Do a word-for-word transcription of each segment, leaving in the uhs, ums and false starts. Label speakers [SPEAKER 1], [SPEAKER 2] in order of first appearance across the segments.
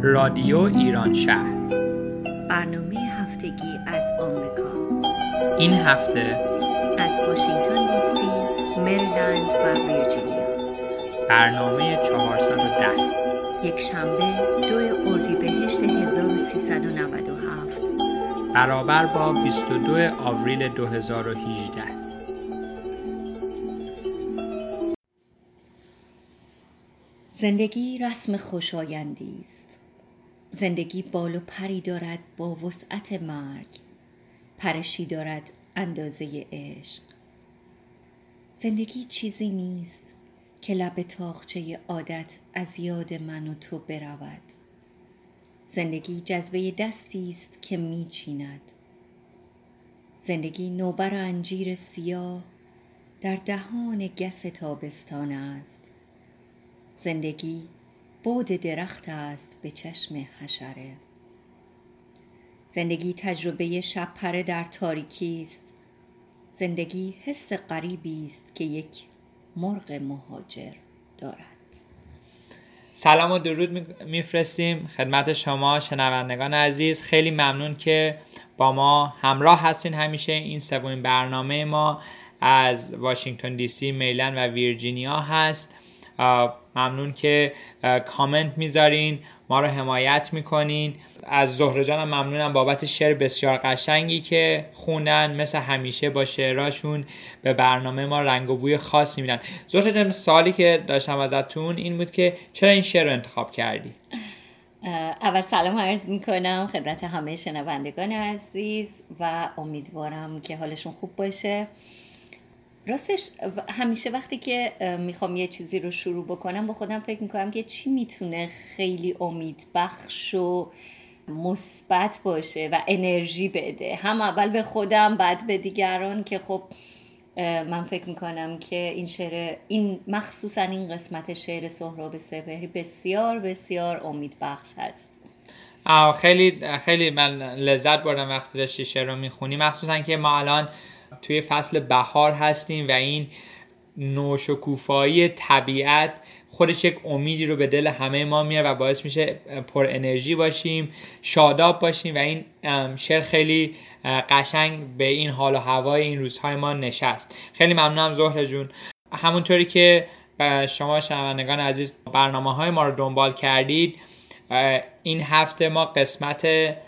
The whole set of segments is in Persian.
[SPEAKER 1] رادیو ایران شهر،
[SPEAKER 2] برنامه هفتگی از آمریکا.
[SPEAKER 1] این هفته
[SPEAKER 2] از واشنگتن دی سی، مریلند و ویرجینیا.
[SPEAKER 1] برنامه چهارصد و ده،
[SPEAKER 2] یک شنبه دو اردیبهشت هزار و سیصد و نود و هفت
[SPEAKER 1] برابر با بیست و دو آوریل دو هزار و هجده.
[SPEAKER 2] زندگی رسم خوشایندی است. زندگی بال و پری دارد با وسعت مرگ، پرشی دارد اندازه عشق. زندگی چیزی نیست که لب تاقچه عادت از یاد من و تو برود. زندگی جذبه دستی است که می چیند. زندگی نوبر انجیر سیاه در دهان گس تابستان است. زندگی بود درخت است به چشم حشره. زندگی تجربه شب پره در تاریکی است. زندگی حس غریبی است که یک مرغ مهاجر دارد.
[SPEAKER 1] سلام و درود میفرستیم خدمت شما شنوندگان عزیز. خیلی ممنون که با ما همراه هستین. همیشه این سومین برنامه ما از واشنگتن دی سی، مریلند و ویرجینیا هست. ممنون که کامنت میذارین، ما رو حمایت میکنین. از زهره جانم ممنونم بابت شعر بسیار قشنگی که خوندن. مثل همیشه با شعراشون به برنامه ما رنگ و بوی خاصی میدن. زهره جان، سوالی که داشتم ازتون این بود که چرا این شعر رو انتخاب کردی؟
[SPEAKER 2] اول سلام عرض میکنم خدمت همه شنوندگان عزیز و امیدوارم که حالشون خوب باشه. راستش همیشه وقتی که میخوام یه چیزی رو شروع بکنم با خودم فکر میکنم که چی میتونه خیلی امیدبخش و مثبت باشه و انرژی بده، هم اول به خودم بعد به دیگران، که خب من فکر میکنم که این شعر، این مخصوصا این قسمت شعر سهراب سپهری بسیار بسیار امیدبخش هست.
[SPEAKER 1] خیلی خیلی من لذت بردم وقتی داشتی شعر رو میخونی، مخصوصا که ما الان توی فصل بهار هستیم و این نوشکوفایی طبیعت خودش یک امیدی رو به دل همه ما میاره و باعث میشه پر انرژی باشیم، شاداب باشیم و این شعر خیلی قشنگ به این حال و هوای این روزهای ما نشست. خیلی ممنونم زهره جون. همونطوری که شما شنوندگان عزیز برنامه‌های ما رو دنبال کردید، این هفته ما قسمت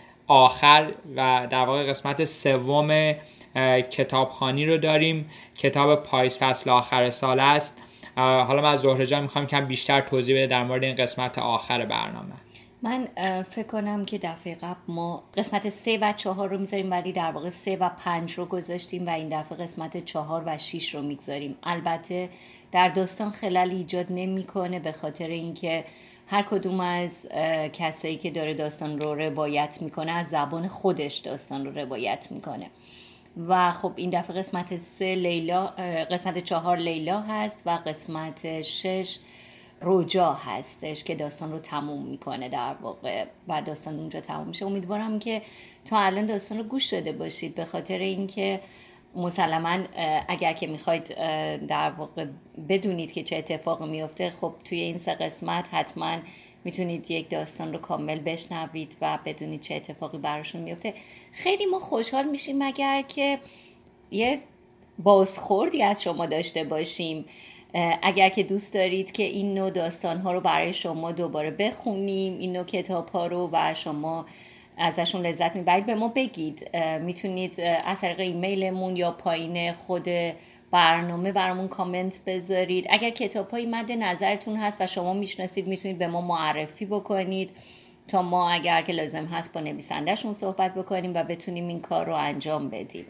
[SPEAKER 1] آخر و در واقع قسمت سوم کتابخوانی رو داریم. کتاب پاییز فصل آخر سال است. حالا من از زهره جان میخوام کم بیشتر توضیح بده در مورد این قسمت آخر برنامه.
[SPEAKER 2] من فکر کنم که دفعه قبل ما قسمت سه و چهار رو میذاریم، ولی در واقع سه و پنج رو گذاشتیم و این دفعه قسمت چهار و شیش رو میگذاریم. البته در داستان خلل ایجاد نمیکنه، به خاطر اینکه هر کدوم از کسایی که داره داستان رو روایت میکنه از زبان خودش داستان رو روایت میکنه. و خب این دفعه قسمت سه لیلا، قسمت چهار لیلا هست و قسمت شش رجا هستش که داستان رو تموم میکنه در واقع و داستان اونجا تموم میشه. امیدوارم که تا الان داستان رو گوش داده باشید، به خاطر اینکه مسلماً اگر که میخواید در واقع بدونید که چه اتفاقی میفته، خب توی این سه قسمت حتماً میتونید یک داستان رو کامل بشنوید و بدونید چه اتفاقی براشون میفته. خیلی ما خوشحال میشیم اگر که یه بازخوردی از شما داشته باشیم. اگر که دوست دارید که این نوع داستان ها رو برای شما دوباره بخونیم، این نوع کتاب ها رو، و شما ازشون لذت میبرید، به ما بگید. میتونید از طریق ایمیلمون یا پایین خود برنامه برامون کامنت بذارید. اگر کتاب‌هایی مد نظرتون هست و شما میشناسید، میتونید به ما معرفی بکنید تا ما اگر که لازم هست با نویسنده‌شون صحبت بکنیم و بتونیم این کار رو انجام بدیم.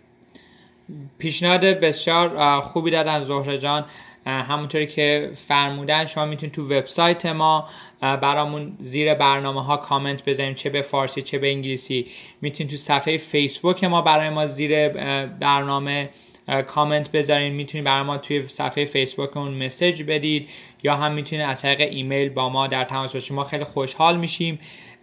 [SPEAKER 1] پیشنهاد بسیار خوبی دادن زهره جان. همونطوری که فرمودن شما میتونید تو وبسایت ما برامون زیر برنامه ها کامنت بذارید، چه به فارسی چه به انگلیسی. میتونید تو صفحه فیسبوک ما برای ما زیر برنامه کامنت بذارین. میتونید برای ما توی صفحه فیسبوک اون مسیج بدید، یا هم میتونید از طریق ایمیل با ما در تماس باشید. ما خیلی خوشحال میشیم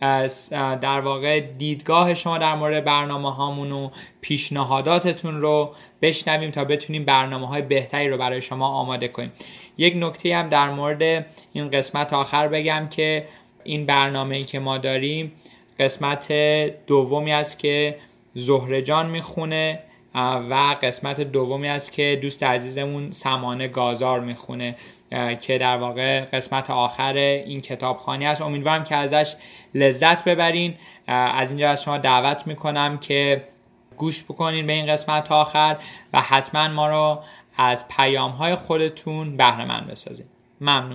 [SPEAKER 1] در واقع دیدگاه شما در مورد برنامه هامون و پیشنهاداتتون رو بشنویم تا بتونیم برنامه های بهتری رو برای شما آماده کنیم. یک نکته هم در مورد این قسمت آخر بگم که این برنامه‌ای که ما داریم قسمت دومی است که زهره جان میخونه و قسمت دومی است که دوست عزیزمون سمانه گازار میخونه که در واقع قسمت آخر این کتابخوانی است. امیدوارم که ازش لذت ببرین. از اینجا از شما دعوت میکنم که گوش بکنین به این قسمت آخر و حتما ما رو از پیام‌های خودتون بهره مند بسازین. ممنون.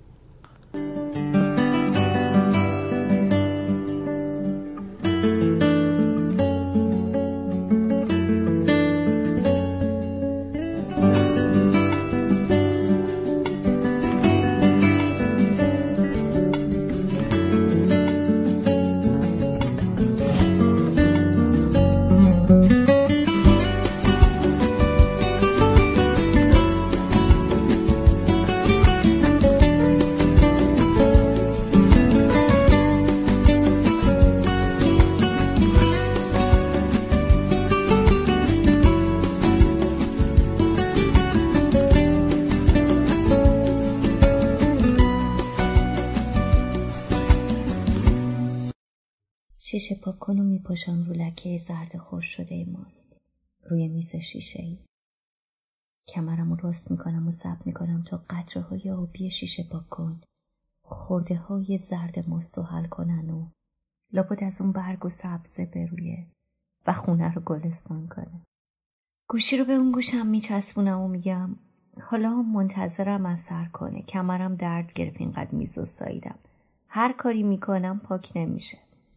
[SPEAKER 2] شیشه پاک کن و میپاشم رو لکه زرد خوش شده ماست روی میز شیشه ای. کمرم رو راست میکنم و ضبط میکنم تا قطره های آبی شیشه پاک کن خورده های زرد ماست رو حل کنن و لابد از اون برگ و سبزه برویه و خونه رو گلستان کنه. گوشی رو به اون گوشم میچسبونم و میگم حالا منتظرم اثر کنه. کمرم درد گرفت اینقدر میزو ساییدم. هر کاری میکنم پاک نمیشه.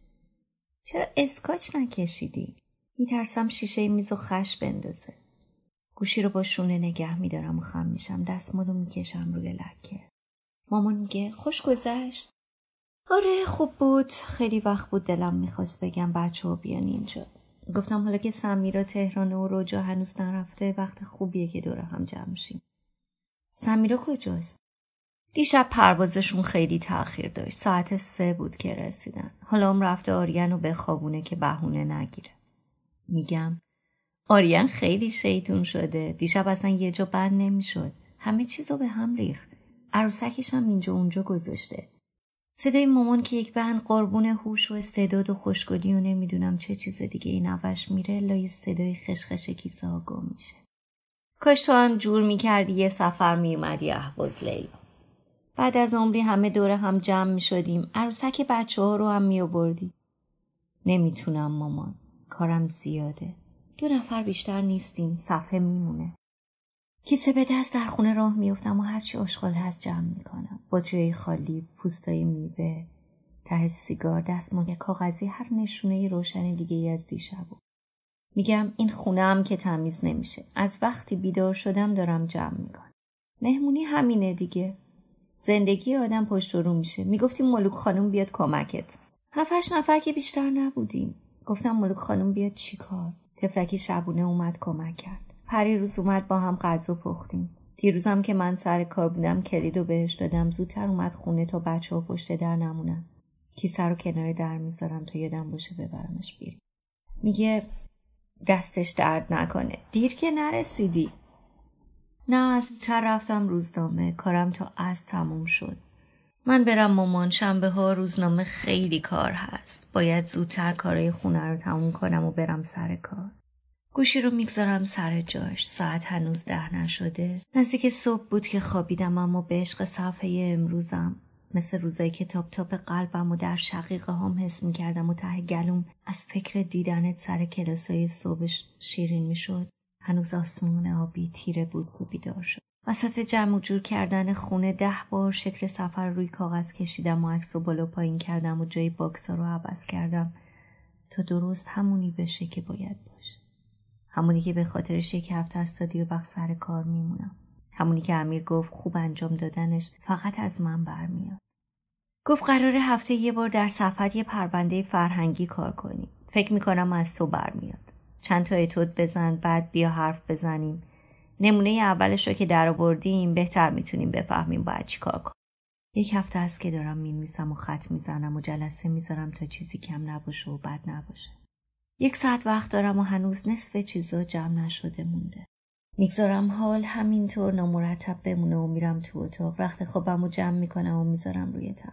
[SPEAKER 2] چرا اسکاچ نکشیدی؟ میترسم شیشه میزو خش بندازه. گوشی رو با شونه نگه میدارم و خم میشم. دستمالو میکشم روی لکه. مامان میگه خوش گذشت؟ آره خوب بود. خیلی وقت بود دلم میخواست بگم بچه ها بیان اینجا. گفتم حالا که سمیرا تهرانه و روجا هنوز نرفته وقت خوبیه که دور هم جمع شیم. سمیرا کجاست؟ دیشب پروازشون خیلی تأخیر داشت. ساعت سه بود که رسیدن. حالا هم رفته آریان رو بخوابونه که بهونه نگیره. میگم آریان خیلی شیطون شده. دیشب اصلا یه جا بند نمیشد. همه چیزو به هم ریخت. عروسکش هم اینجا اونجا گذاشته. صدای مامان که یک بند قربون هوش و استعداد و خوشگلی و نمیدونم چه چیز دیگه این نوش میره لای صدای خشخش کیسه ها گم میشه. کاش تو هم جور میکردی یه سفر میومدی اهواز لیلا. بعد از عمری همه دور هم جمع می شدیم. عروسک بچه ها رو هم می آوردی. نمیتونم مامان. کارم زیاده. دو نفر بیشتر نیستیم. صفحه میمونه. کیسه به دست در خونه راه میافتم و هرچی آشغال هست جمع میکنم. بطری خالی، پوستای میوه، ته سیگار، دستمال کاغذی، هر نشونه روشن دیگه ای از دیشب. میگم این خونه هم که تمیز نمیشه. از وقتی بیدار شدم دارم جمع میکنم. مهمونی همینه دیگه. زندگی آدم پشت رو میشه. میگفتیم ملوک خانم بیاد کمکت. هفتش نفر که بیشتر نبودیم. گفتم ملوک خانم بیاد چی کار؟ تفلکی شبونه اومد کمک کرد. پری روز اومد با هم غذا پختیم. دیروزم که من سر کار بودم کلیدو بهش دادم. زودتر اومد خونه تا بچه‌ها پشت در نمونن. کیسه رو کنار در میذارم تا یادم باشه ببرمش بیرون. میگه دستش درد نکنه. دیر که نرسیدی. نه زودتر رفتم روزنامه. کارم تا از تموم شد. من برم مامان. شنبه ها روزنامه خیلی کار هست. باید زودتر کارای خونه رو تموم کنم و برم سر کار. گوشی رو میگذارم سر جاش. ساعت هنوز ده نشده. نزدیک صبح بود که خوابیدم اما به عشق صفحه امروزم مثل روزایی که تاپ تاپ قلبم و در شقیقه هم حس میکردم و ته گلوم از فکر دیدنت سر کلاسای صبحش شیرین میشد. هنوز آسمون آبی تیره بود و بیدار شد. وسط جمع و جور کردن خونه ده بار شکل سفر روی کاغذ کشیدم و عکس و بالا پایین کردم و جای باکسا رو عوض کردم تا درست همونی بشه که باید باشه. همونی که به خاطرش یک هفته است تا دیر وقت سر کار میمونم. همونی که امیر گفت خوب انجام دادنش فقط از من برمیاد. گفت قراره هفته یه بار در صفحت یه پرونده فرهنگی کار کنی. فکر میکنم از تو برمیاد. چند تا اتود بزن بعد بیا حرف بزنیم. نمونه اولش رو که در آوردیم بهتر میتونیم بفهمیم باید چی کار کنیم. یک هفته است که دارم مینویسم و خط میزنم و جلسه میذارم تا چیزی کم نباشه و بد نباشه. یک ساعت وقت دارم و هنوز نصف چیزا جمع نشده مونده. میگذارم حال همینطور نامرتب بمونه و میرم تو اتاق. رخت خوابم رو جمع میکنم و میذارم روی تخت.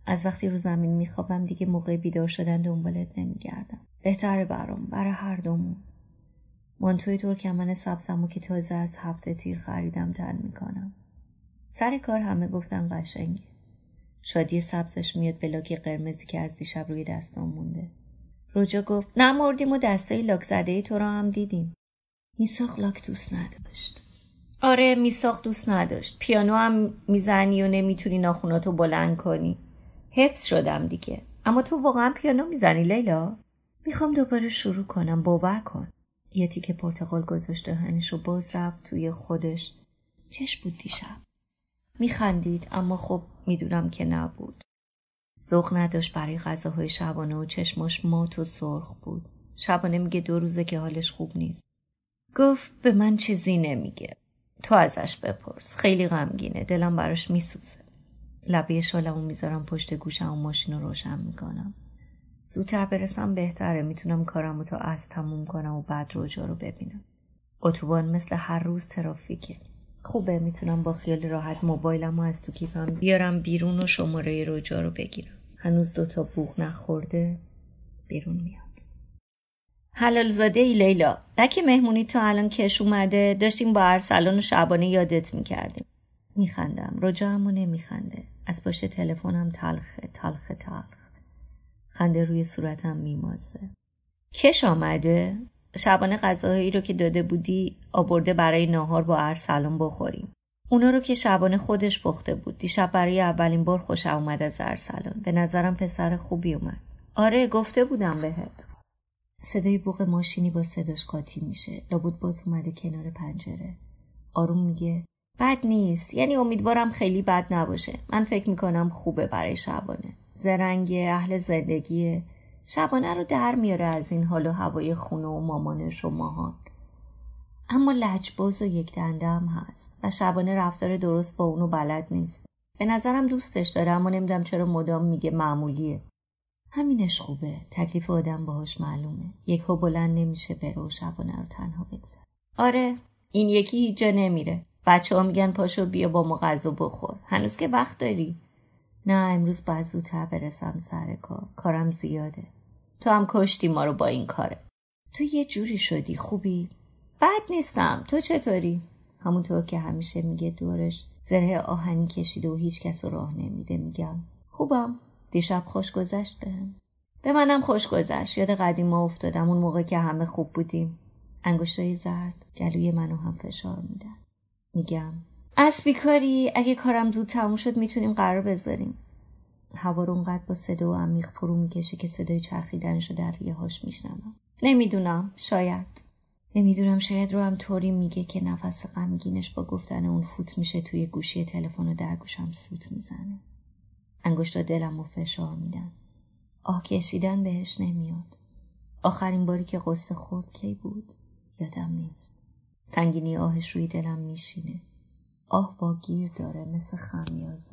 [SPEAKER 2] از وقتی رو زمین میخوابم دیگه موقع بیدار شدن دنبالت نمیگردم. بهتره برام، برای هر دومون. مانتوی ترکمن سبزمو که تازه از هفته تیر خریدم تن میکنم. سر کار همه گفتن قشنگه. شادی سبزش میاد به لاک قرمزی که از دیشب روی دستام مونده. روجا گفت نمردیم و دستای لاک زدهی تو را هم دیدیم. میساق لاک دوست نداشت. آره میساق دوست نداشت. پیانو هم میزنی و نمیتونی ناخوناتو بلند کنی. حفظ شدم دیگه. اما تو واقعا پیانو میزنی لیلا؟ میخوام دوباره شروع کنم، باور کن. یه تیکه پرتقال گذاشت دهنش رو باز رفت توی خودش. چش بود دیشب؟ میخندید اما خب میدونم که نبود. ذوق نداشت برای غذاهای شبانه و چشماش مات و سرخ بود. شبانه میگه دو روزه که حالش خوب نیست. گفت به من چیزی نمیگه. تو ازش بپرس. خیلی غمگینه. دلم براش میسوزه. لبه شالمو میذارم پشت گوشم و ماشین رو روشن میکنم. زودتر برسم بهتره. میتونم کارمو تا از تموم کنم و بعد روجا رو ببینم. اتوبان مثل هر روز ترافیکه. خوبه میتونم با خیال راحت موبایلمو از تو کیفم بیارم بیرون و شماره روجا رو بگیرم. هنوز دوتا بوق نخورده بیرون میاد. حلال زاده ای لیلا. نکه مهمونی تا الان کش اومده داشتیم با ارسلان و شبانه یادت میکردیم. میخندم. روجا همو نمیخنده. از پشت تلفنم تلخه تلخه تلخ. خنده روی صورتم میمازه. کش آمده؟ شبانه غذاهایی رو که داده بودی آورده برای ناهار با ارسلان بخوریم. اونا رو که شبانه خودش پخته بود. دیشب برای اولین بار خوشم اومد از ارسلان. به نظرم پسر خوبی اومد. آره گفته بودم بهت. صدای بوق ماشینی با صداش قاطی میشه. لابد باز اومده کنار پنجره. آروم میگه بد نیست. یعنی امیدوارم خیلی بد نباشه. من فکر میکنم خوبه برای شبانه. زرنگه، اهل زندگیه. شبانه رو در میاره از این حال و هوای خونه و مامانش و ماهان. اما لجباز و یک دنده هم هست و شبانه رفتار درست با اونو بلد نیست. به نظرم دوستش داره اما نمیدونم چرا مدام میگه معمولیه. همینش خوبه. تکلیف آدم باهاش معلومه. یکو بلند نمیشه بره و شبانه رو تنها بگذاره. آره این یکی هیچ جا نمیره. بچه ها میگن پاشو بیا با ما غذا بخور. هنوز که وقت داری؟ نه امروز باید زودتر برسم سر کار. کارم زیاده. تو هم کشتی ما رو با این کاره. تو یه جوری شدی. خوبی؟ بد نیستم. تو چطوری؟ همونطور که همیشه میگه دورش زره آهنی کشیده و هیچ کس رو راه نمیده. میگم خوبم. دیشب خوش گذشت بهم. به منم خوش گذشت. یاد قدیما افتادم اون موقع که همه خوب بودیم. انگشتای زرد گلوی منو هم فشار میدن. میگم از بیکاری اگه کارم زود تموم شد میتونیم قرار بذاریم. هوا رو اونقدر با صدا و عمیق فرو میکشه که صدای چرخیدنشو در ریه هاش میشنوم. نمیدونم. شاید. نمیدونم شاید رو هم طوری میگه که نفس غمگینش با گفتن اون فوت میشه توی گوشی تلفن و در گوشم سوت میزنه. انگشتا دلمو فشار میدن. آه کشیدن بهش نمیاد. آخرین باری که قصه خورد کی بود؟ یادم نیست. سنگینی آهش روی دلم میشینه. آه با گیر داره مثل خمیازه.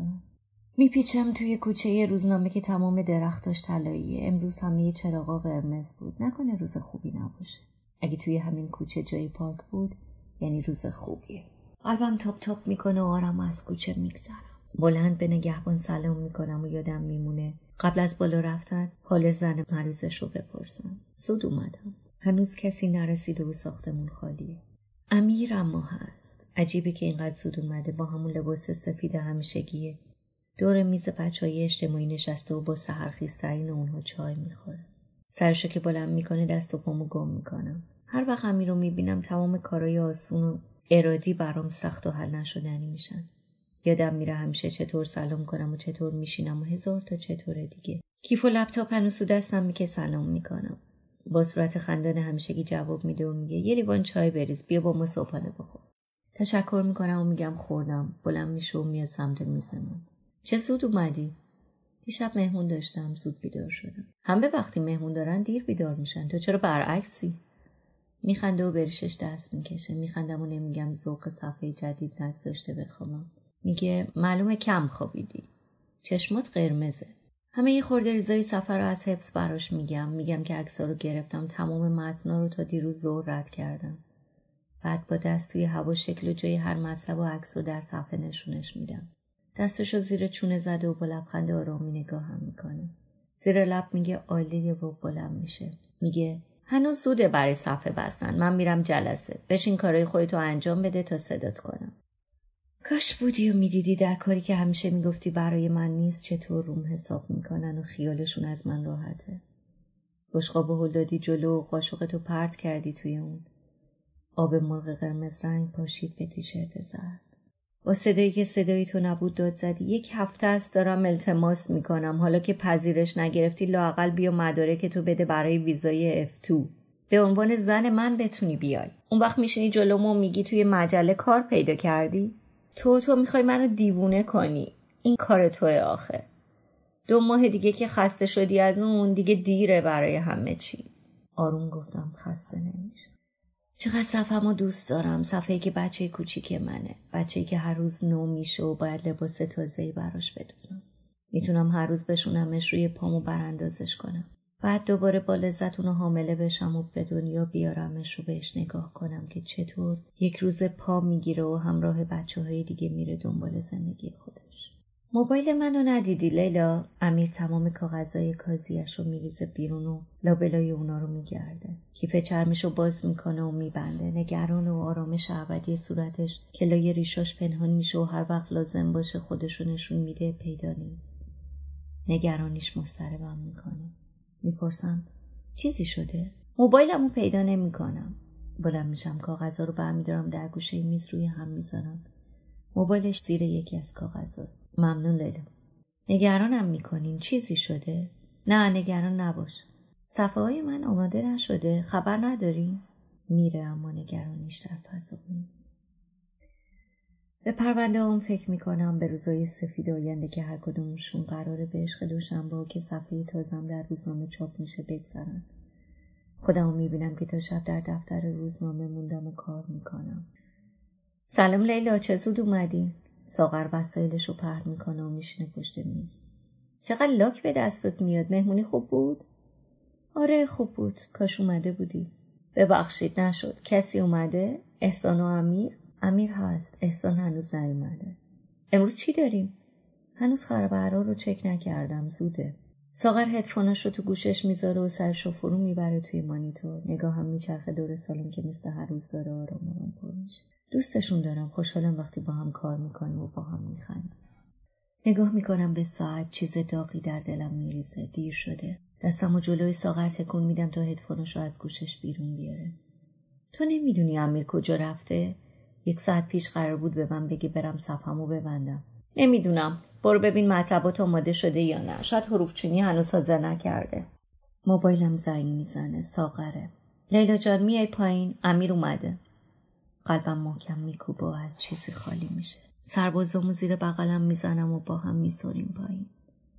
[SPEAKER 2] میپیچم توی کوچه روزنامه که تمام درختاش طلاییه. امروز همه چراغا قرمز بود. نکنه روز خوبی نباشه. اگه توی همین کوچه جای پارک بود یعنی روز خوبیه. قلبم تاپ تاپ میکنه و آرام از کوچه میگذرم. بلند به نگهبان سلام میکنم و یادم میمونه قبل از بالا رفتن حال زن مریضش رو بپرسم. زود اومدم. هنوز کسی نرسیده و ساختمون خالیه. امیر اما هست. عجیبه که اینقدر زود اومده. با همون لباس سفید همیشگیه. دور میز بچهای اجتماعی نشسته و با سحرخیزترین اونها چای میخوره. سرشو که بلند میکنه دست و پامو گم میکنم. هر وقت امیر رو میبینم تمام کارهای آسون و ارادی برام سخت و حل نشدنی میشن. یادم میره همیشه چطور سلام کنم و چطور میشینم و هزار تا چطوره دیگه. کیف و لپتاپ هنوز تو دستم میگه سلام میکنم. با صورت خندان همیشگی جواب میده و میگه یه لیوان چای بریز بیا با ما صبحانه بخور. تشکر میکنم و میگم خوردم. بلند میشه و میاد سمت میزمون. چه زود اومدی؟ دیشب مهمون داشتم زود بیدار شدم. همه وقتی مهمون دارن دیر بیدار میشن. تو چرا برعکسی؟ میخنده و بریشش دست میکشه. میخندم و نمیگم ذوق صفحه جدید نگذاشته بخوابم. میگه معلومه کم خوابیدی. چشمات قرمزه. همه یه خورده ریزای سفر رو از حفظ براش میگم. میگم که عکس‌ها رو گرفتم. تمام متنا رو تا دیروز ظهر رد کردم. بعد با دست توی هوا شکل و جای هر مطلب و عکس رو در صفحه نشونش میدم. دستشو زیر چونه زده و با لبخند آرامی نگاهم میکنه. زیر لب میگه عالیه و بلند میشه. میگه هنوز زوده برای صفحه بستن. من میرم جلسه. بشین کارای خودتو انجام بده تا صدات کنم. کاش بودی و میدیدی در کاری که همیشه میگفتی برای من نیست چطور روم حساب میکنن و خیالشون از من راحته. بشقاب هل دادی جلو و قاشقتو پرت کردی توی اون. آب مرغ قرمز رنگ پاشید به تیشرت زرد. با صدایی که صدایی تو نبود داد زدی یک هفته است دارم التماس میکنم. حالا که پذیرش نگرفتی لااقل بیا مدارک تو بده برای ویزای اف تو. به عنوان زن من بتونی بیای. اون وقت میشینی جلومو میگی توی مجله کار پیدا کردی؟ تو تو میخوای منو دیوونه کنی. این کار توه آخه. دو ماه دیگه که خسته شدی از اون دیگه دیره برای همه چی. آروم گفتم خسته نمیشه. چقدر صفحه‌مو دوست دارم. صفحه‌ای که بچه کوچیک منه. بچه‌ای که هر روز نو میشه و باید لباس تازه‌ای براش بدوزم. میتونم هر روز بشونمش روی پامو براندازش کنم. بعد دوباره با لذت اونو حامله بشم و به دنیا بیارمش رو بهش نگاه کنم که چطور یک روز پا میگیره و همراه بچه‌های دیگه میره دنبال زندگی خودش. موبایل منو ندیدی لیلا؟ امیر تمام کاغذهای کازیش رو میریزه بیرون و لابلای اونا رو میگرده. کیف چرمشو باز میکنه و میبنده. نگران و آرامش ابدی صورتش که لای ریشاش پنهان میشه و هر وقت لازم باشه خودشو نشون میده پیدا نیست. نگرانیش مضطربم میکنه. میپرسم چیزی شده؟ موبایلمو پیدا نمیکنم. بلند میشم کاغذها رو برمیدارم در گوشه میز روی هم میذارم. موبایلش زیر یکی از کاغذاست. ممنون لیلا. نگرانم میکنین چیزی شده؟ نه نگران نباش. صفحه های من آماده نشده. خبر ندارین؟ میره اما نگرانیش در فضا میمونه. به پرونده هم فکر میکنم، به روزای سفید آینده که هر کدومشون قراره به عشق دوشنبه که صفحه تازم در روزنامه چاپ میشه بگذرن. خودمو میبینم که تا شب در دفتر روزنامه موندم و کار میکنم. سلام لیلا، چه زود اومدی؟ ساغر وسایلشو پهن میکنه و میشینه پشت میز. چقدر لاک به دستت میاد. مهمونی خوب بود؟ آره خوب بود. کاش اومده بودی. ببخشید نشد. کسی اومده؟ احسان و امیر؟ امیر هست. احسان هنوز نیومده. امروز چی داریم؟ هنوز خبرها رو چک نکردم. زوده. ساغر هدفوناشو تو گوشش میذاره و سرشو فرو میبره توی مانیتور. نگاهم میچرخه دور سالن که مثل هر روز داره آرام آرام پر میشه. دوستشون دارم. خوشحالم وقتی با هم کار میکنیم و با هم میخندیم. نگاه میکنم به ساعت. چیز داغی در دلم میریزه. دیر شده. دستمو جلوی ساغر تکون میدم تا هدفوناشو از گوشش بیرون بیاره. تو نمیدونی امیر کجا رفته؟ یک ساعت پیش قرار بود به من بگی برم صفحه‌مو ببندم. نمیدونم. برو ببین مطبات آماده شده یا نه. شاید حروفچینی هنوز حاضر نکرده. موبایلم زنگ میزنه. ساغره. لیلا جان میای پایین؟ امیر اومده. قلبم محکم میکوبه و از چیزی خالی میشه. سربازامو زیر بغلم میزنم و با هم میسوریم پایین.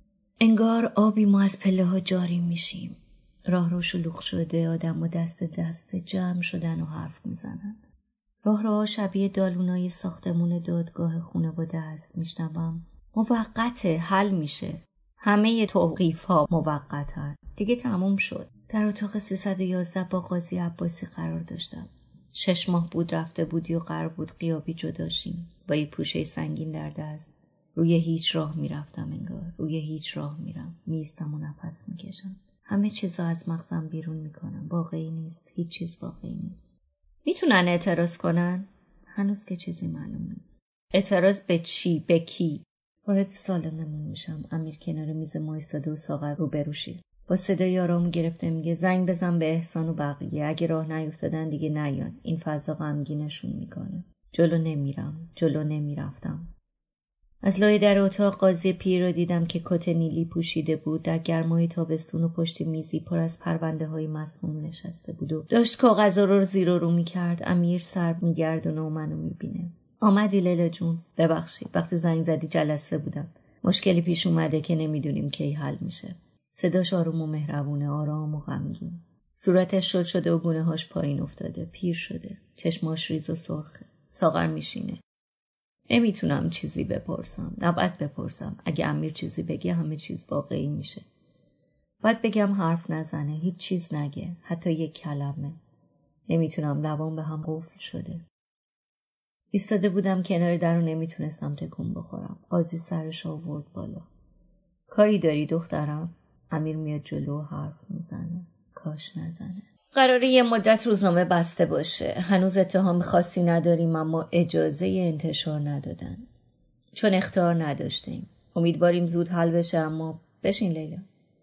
[SPEAKER 2] انگار آبی ما از پله ها جاری میشیم. راه رو شلوغ شده. آدم و دست دست جمع شدن و حرف میزنن. راه راه شبیه دالونای ساختمون دادگاه خانواده است. میشنوم موقته. حل میشه. همه توقیف ها موقتن. دیگه تموم شد. در اتاق سیصد و یازده با قاضی عباسی قرار داشتم. شش ماه بود رفته بودی و قرار بود غیابی جداشیم. با یه پوشه سنگین در دست. روی هیچ راه میرفتم انگار. روی هیچ راه میرم. میستم و نفس میکشم. همه چیزا از مغزم بیرون میکنم. واقعی نیست. هیچ چیز واقعی نیست. میتونن اعتراض کنن؟ هنوز که چیزی معلوم نیست. اعتراض به چی؟ به کی؟ وارد سالنمون میشم. امیر کنار میز ما ایستاده و ساغر رو بروشه. با صدای آرام گرفته میگه زنگ بزن به احسان و بقیه. اگه راه نیفتادن دیگه نیان. این فضا غمگینشون میکنه. جلو نمیرم. جلو نمیرفتم. از لای در اتاق قاضی پیر رو دیدم که کت نیلی پوشیده بود. در گرمای تابستون و پشت میزی پر از پرونده های مسموم نشسته بود و داشت کاغذا رو زیر و رو میکرد. امیر سر میگردونه و منو میبینه. آمدی لیلا جون؟ ببخشید وقتی زنگ زدی جلسه بودم. مشکلی پیش اومده که نمیدونیم کی حل میشه. صداش آروم و مهربونه. آرام و غمگین. صورتش شل شده و گونه هاش پایین افتاده. پیر شده. چشماش ریز و سرخه. ساغر میشینه. نمیتونم چیزی بپرسم. نباید بپرسم. اگه امیر چیزی بگه همه چیز واقعی میشه. باید بگم حرف نزنه. هیچ چیز نگه. حتی یک کلمه. نمیتونم. لبام به هم قفل شده. ایستاده بودم کنار در و نمیتونستم تکون بخورم. قاضی سرش آورد بالا. کاری داری دخترم؟ امیر میاد جلو و حرف میزنه. کاش نزنه. قراره یه مدت روزنامه بسته باشه. هنوز اتهام خاصی نداریم اما اجازه انتشار ندادن. چون اختیار نداشتیم. امیدواریم زود حل بشه اما بشین لیلا.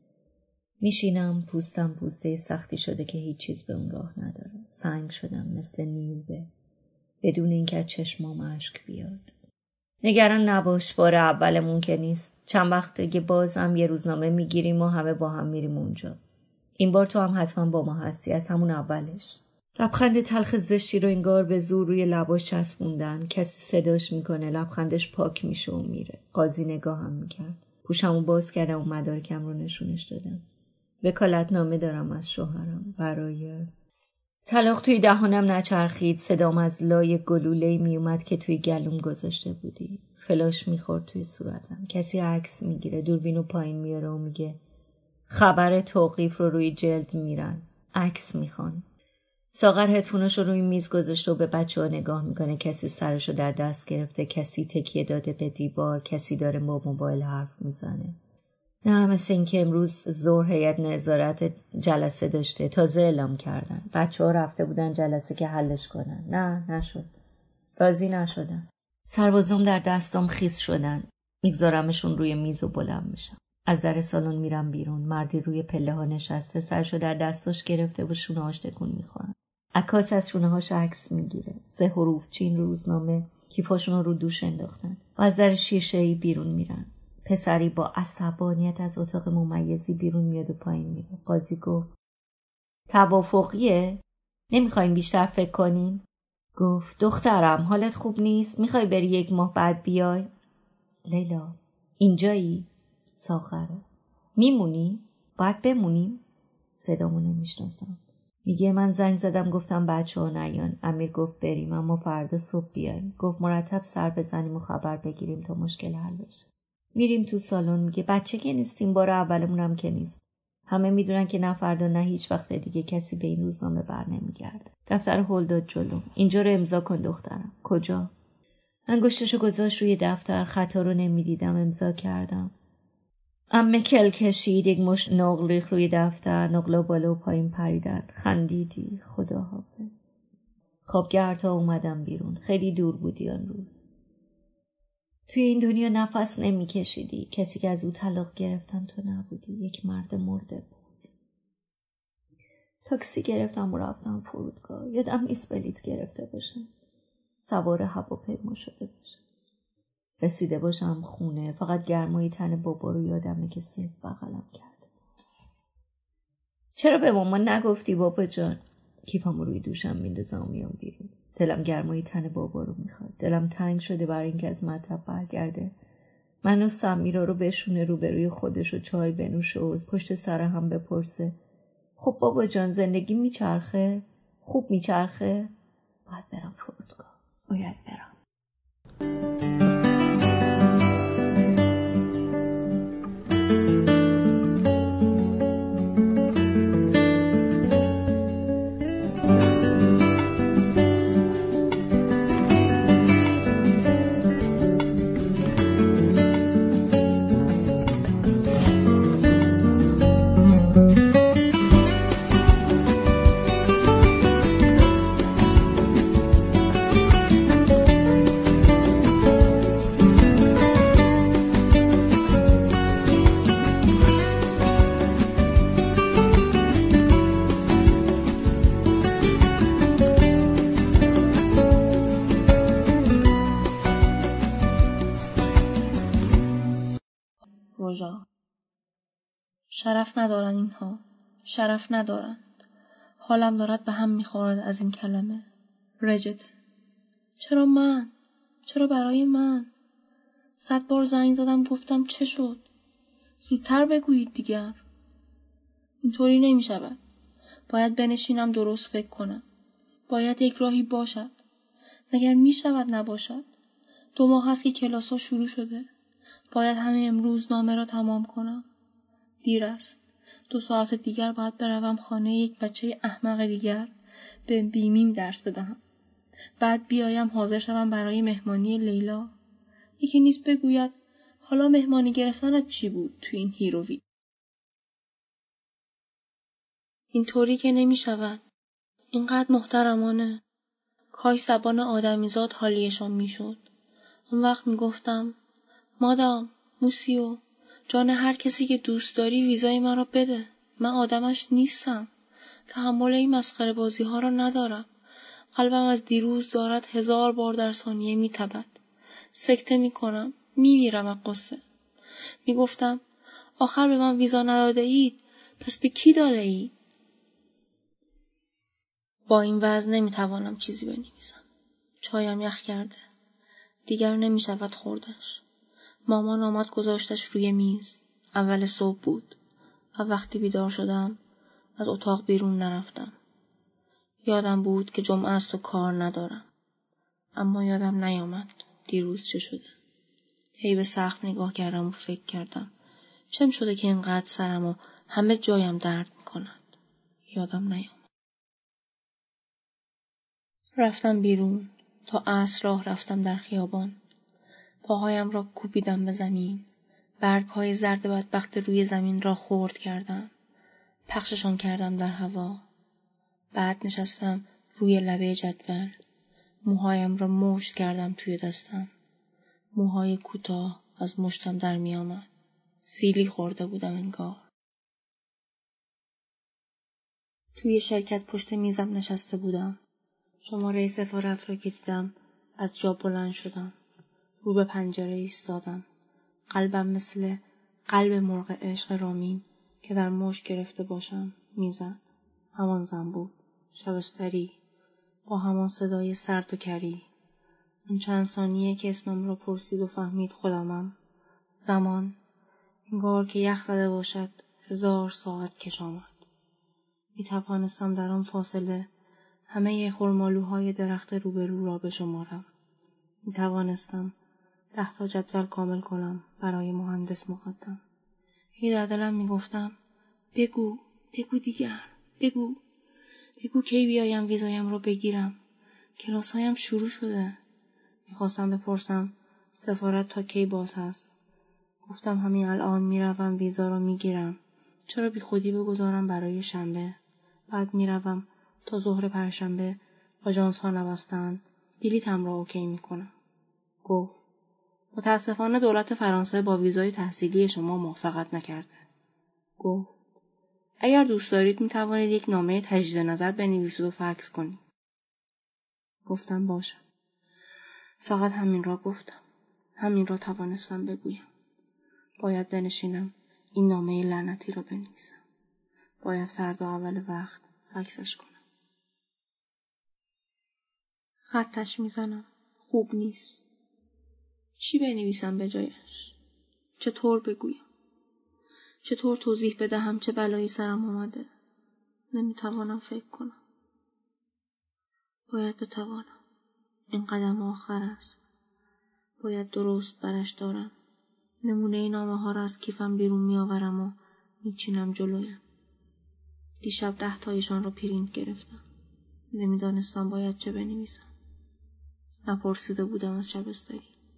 [SPEAKER 2] میشینم پوستم پوسته سختی شده که هیچ چیز به اون راه نداره. سنگ شدم مثل نیوبه. بدون اینکه از چشمام اشک بیاد. نگران نباش، بار اولمون که نیست. چند وقت دیگه بازم یه روزنامه میگیریم و همه با هم میریم اونجا. این بار تو هم حتما با ما هستی از همون اولش. لبخند تلخ زشتی رو انگار به زور روی لباش چسبوندن. کسی صداش میکنه، لبخندش پاک میشه و میره. قاضی نگاهم میکرد. پوشمو باز کردم و مدارکم رو نشونش دادم. وکالتنامه دارم از شوهرم برای طلاق. توی دهانم نچرخید. صدام از لای گلوله‌ای میومد که توی گلوم گذاشته بودی. فلاش میخورد توی صورتم. کسی عکس میگیره، دوربینو پایین میاره و میگه خبر توقیف رو روی جلد میرن. عکس میخوان. ساغر هدفوناشو روی میز گذاشته و به بچه‌ها نگاه میکنه. کسی سرشو در دست گرفته، کسی تکیه داده به دیوار، کسی داره با موبایل حرف میزنه. نه مثل این که امروز ظهر هیئت نظارت جلسه داشته. تازه اعلام کردن. بچه ها رفته بودن جلسه که حلش کنن. نه نشد. راضی نشدن. سربازام در دستام خیس شدن. میگذارمشون روی میز و بلند میشم. از در سالن میرم بیرون. مردی روی پله ها نشسته. سرشو در دستاش گرفته و شونه هاش تکون میخورن. عکاس از شونه هاش عکس میگیره. سه حروف چین روزنامه. کیفاشون رو دوش انداختن و از در شیشه‌ای بیرون میرن. پسری با عصبانیت از اتاق ممیزی بیرون میاد و پایین میره. قاضی گفت توافقیه؟ نمیخواین بیشتر فکر کنین؟ گفت دخترم حالت خوب نیست؟ میخوای بری یک ماه بعد بیای؟ لیلا اینجایی؟ ساغره میمونی؟ باید بمونیم؟ صدامو نمیشناسم. میگه من زنگ زدم گفتم بچه ها نیان. امیر گفت بریم اما فردا صبح بیایم. گفت مرتب سر بزنیم و خبر بگیریم تا مشکل حل بشه. میریم تو سالن. میگه بچه که نیستیم، بار اولمون هم که نیست. همه میدونن که نه فردا نه هیچ وقت دیگه کسی به این روزنامه بر نمیگرده. دفتر هول داد جلو. اینجا رو امضا کن دخترم. کجا؟ انگشتشو گذاشت روی دفتر. خطا رو نمیدیدم. امضا کردم. عمه کل کشید. یک مشت نقل ریخت روی دفتر. نقلا بالا و پایین پریدن. خندیدی. خدا حافظ. خوابگردها اومدم بیرون. خیلی دور بودی آن روز. توی این دنیا نفس نمی کشیدی. کسی که از او طلاق گرفتم تو نبودی. یک مرد مرده بود. تاکسی گرفتم و رفتم فرودگاه. یادم نیست بلیط گرفته باشم. سوار هواپیما شده باشم. رسیده باشم خونه. فقط گرمای تن بابا رو یادمه که صرف بغلم کرده. چرا به مامان نگفتی بابا جان؟ کیفم روی دوشم میندازم و میام بیرون. دلم گرمای تن بابا رو میخواد. دلم تنگ شده برای اینکه از مطب برگرده. من و سمیرا رو بشونه روبروی خودش و چای بنوشه و پشت سر هم بپرسه خب بابا جان زندگی میچرخه؟ خوب میچرخه؟ باید برم فرودگاه. باید برم.
[SPEAKER 3] شرف ندارن اینها. شرف ندارن. حالم دارد به هم میخورد از این کلمه. رجت. چرا من؟ چرا برای من؟ صد بار زنگ زدم گفتم چه شد؟ زودتر بگویید دیگر. اینطوری نمیشود. باید بنشینم درست فکر کنم. باید یک راهی باشد. مگر میشود نباشد؟ دو ماه هست که کلاس ها شروع شده. باید همه امروز نامه را تمام کنم. دیر است. دو ساعت دیگر باید بروم خانه یک بچه احمق دیگر به بیمیم درس بدهم. بعد بیایم حاضر شوم برای مهمانی لیلا. یکی نیست بگوید حالا مهمانی گرفتنت چی بود تو این هیروی؟ اینطوری که نمی شود. اینقدر محترمانه. کاش زبان آدمیزاد حالیشان می شد. اون وقت می گفتم مادام، موسیو، جان هر کسی که دوست داری ویزای من را بده. من آدمش نیستم. تحمل این مسخره بازی ها را ندارم. قلبم از دیروز دارد هزار بار در ثانیه می تپد. سکته می کنم. می میرم از قصه. می گفتم آخر به من ویزا نداده اید. پس به کی داده اید؟ با این وضع نمی توانم چیزی بنویسم. چایم یخ کرده. دیگر نمی شود خوردش. مامان آمد گذاشتش روی میز. اول صبح بود. و وقتی بیدار شدم از اتاق بیرون نرفتم. یادم بود که جمعه است و کار ندارم. اما یادم نیامد دیروز چه شده. هی به سقف نگاه کردم و فکر کردم چم شده که اینقدر سرم و همه جایم درد میکند. یادم نیامد. رفتم بیرون. تا عصر راه رفتم در خیابان. پاهایم را کوبیدم به زمین. برگ‌های زرد بدبخت روی زمین را خرد کردم. پخششان کردم در هوا. بعد نشستم روی لبه جدول. موهایم را مشت کردم توی دستم. موهای کوتاه از مشتم در می آمد. سیلی خورده بودم انگار. توی شرکت پشت میزم نشسته بودم. شماره سفارت را که دیدم از جا بلند شدم. رو به پنجره ایستادم. قلبم مثل قلب مرغ عشق رامین که در مشت گرفته باشم میزد. همان زن بود. شبستری. با همان صدای سرد و کری. اون چند ثانیه که اسمم را پرسید و فهمید خودمم. زمان. انگار که یخ زده باشد. هزار ساعت کش آمد. می توانستم در آن فاصله همه خرمالوهای درخت روبرو را بشمارم. می توانستم ده تا جدول کامل کنم برای مهندس مقدم. هی در دلم می گفتم بگو، بگو دیگر، بگو، بگو کی بیایم ویزایم را بگیرم. کلاسهایم شروع شده. می خواستم بپرسم سفارت تا کی باز هست. گفتم همین الان می روم ویزا را می گیرم. چرا بی خودی بگذارم برای شنبه؟ بعد می روم تا ظهر پنجشنبه آژانس ها نبستند. بلیطم را اوکی می کنم. گفت متاسفانه دولت فرانسه با ویزای تحصیلی شما موافقت نکرده. گفت اگر دوست دارید می توانید یک نامه تجدید نظر بنویسید و فکس کنید. گفتم باشه. فقط همین را گفتم. همین را توانستم بگویم. باید بنشینم این نامه لعنتی را بنویسم. باید فردا اول وقت فکسش کنم. خطش میزنم. خوب نیست. چی بنویسم به جایش؟ چطور بگویم؟ چطور توضیح بدهم چه بلایی سرم آمده؟ نمیتوانم فکر کنم. باید بتوانم. این قدم آخر است. باید درست برش دارم. نمونه نامه ها را از کیفم بیرون می آورم و میچینم جلویم. دیشب ده تایشان را پرینت گرفتم. نمیدانستم باید چه بنویسم. نپرسیده بودم از شبستری.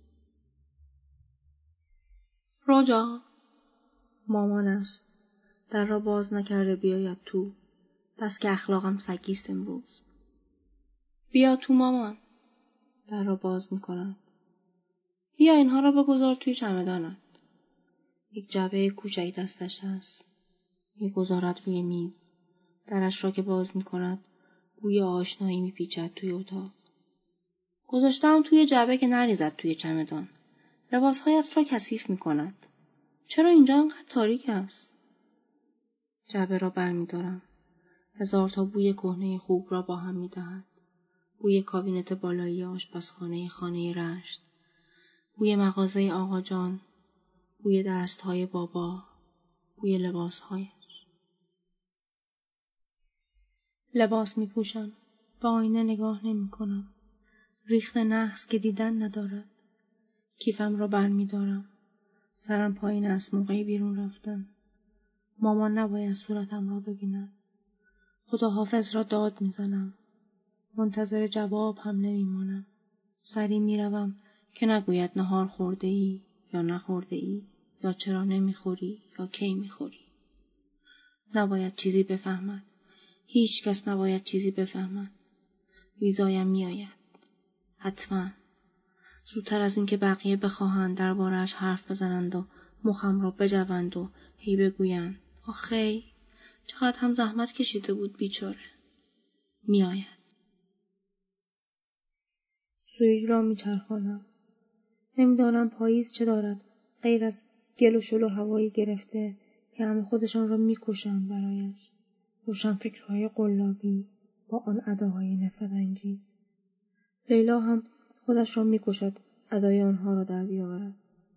[SPEAKER 3] راجا مامان است. در را باز نکرده بیاید تو. بس که اخلاقم سگیست امروز. بیا تو مامان. در را باز میکنم. بیا اینها را بگذار توی چمدانت. یک جعبه کوچکی دستش هست. میگذارد روی میز. درش را که باز میکند بوی آشنایی میپیچد توی اتاق. گذاشتم توی جعبه که نریزد توی چمدان. لباسهایت را کثیف میکند. چرا اینجا انقدر تاریک است؟ جعبه را برمیدارم. هزار تا بوی کهنه خوب را با هم میدهد. بوی کابینت بالایی آشپزخانه خانه رشت. بوی مغازه آقا جان. بوی دستهای بابا. بوی لباسهایش. لباس می پوشم. به آینه نگاه نمی کنم. ریخت نحس که دیدن ندارد. کیفم را بر می دارم. سرم پایین است موقعی بیرون رفتن. مامان نباید صورتم را ببیند. خدا حافظ را داد می زنم. منتظر جواب هم نمیمانم. سری میروم که نگوید نهار خورده ای یا نخورده ای یا چرا نمیخوری یا کی میخوری. نباید چیزی بفهمد. هیچ کس نباید چیزی بفهمد. ویزایم میآید. حتما. زودتر از اینکه بقیه بخواهند درباره‌اش حرف بزنند و مخم را بجوند و هی بگویند آخی چقدر هم زحمت کشیده بود بیچاره. میآید. سویج را میچرخانم. نمیدانم پاییز چه دارد غیر از گل و شل و هوایی گرفته که همه خودشان را میکشند برایش. روشنفکرهای قلابی با آن اداهای نفرت انگیز. لیلا هم خودش را میکشد ادای آنها را در بیاورد.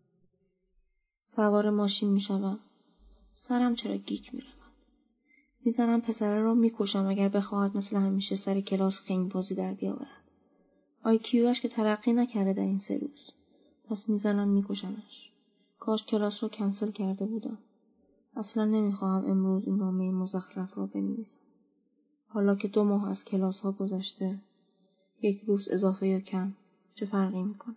[SPEAKER 3] سوار ماشین میشوم. سرم چرا گیج میرود. میزنم پسره را میکشم اگر بخواهد مثل همیشه سر کلاس خنگ بازی در بیاورد. آیکیوش که ترقی نکرده در این سه روز. پس میزنم میکشمش. کاش کلاس رو کنسل کرده بودم. اصلا نمیخواهم امروز این نامه مزخرف را بنویسم. حالا که دو ماه از کلاس ها گذشته، یک روز اضافه یا کم چه فرقی میکنه؟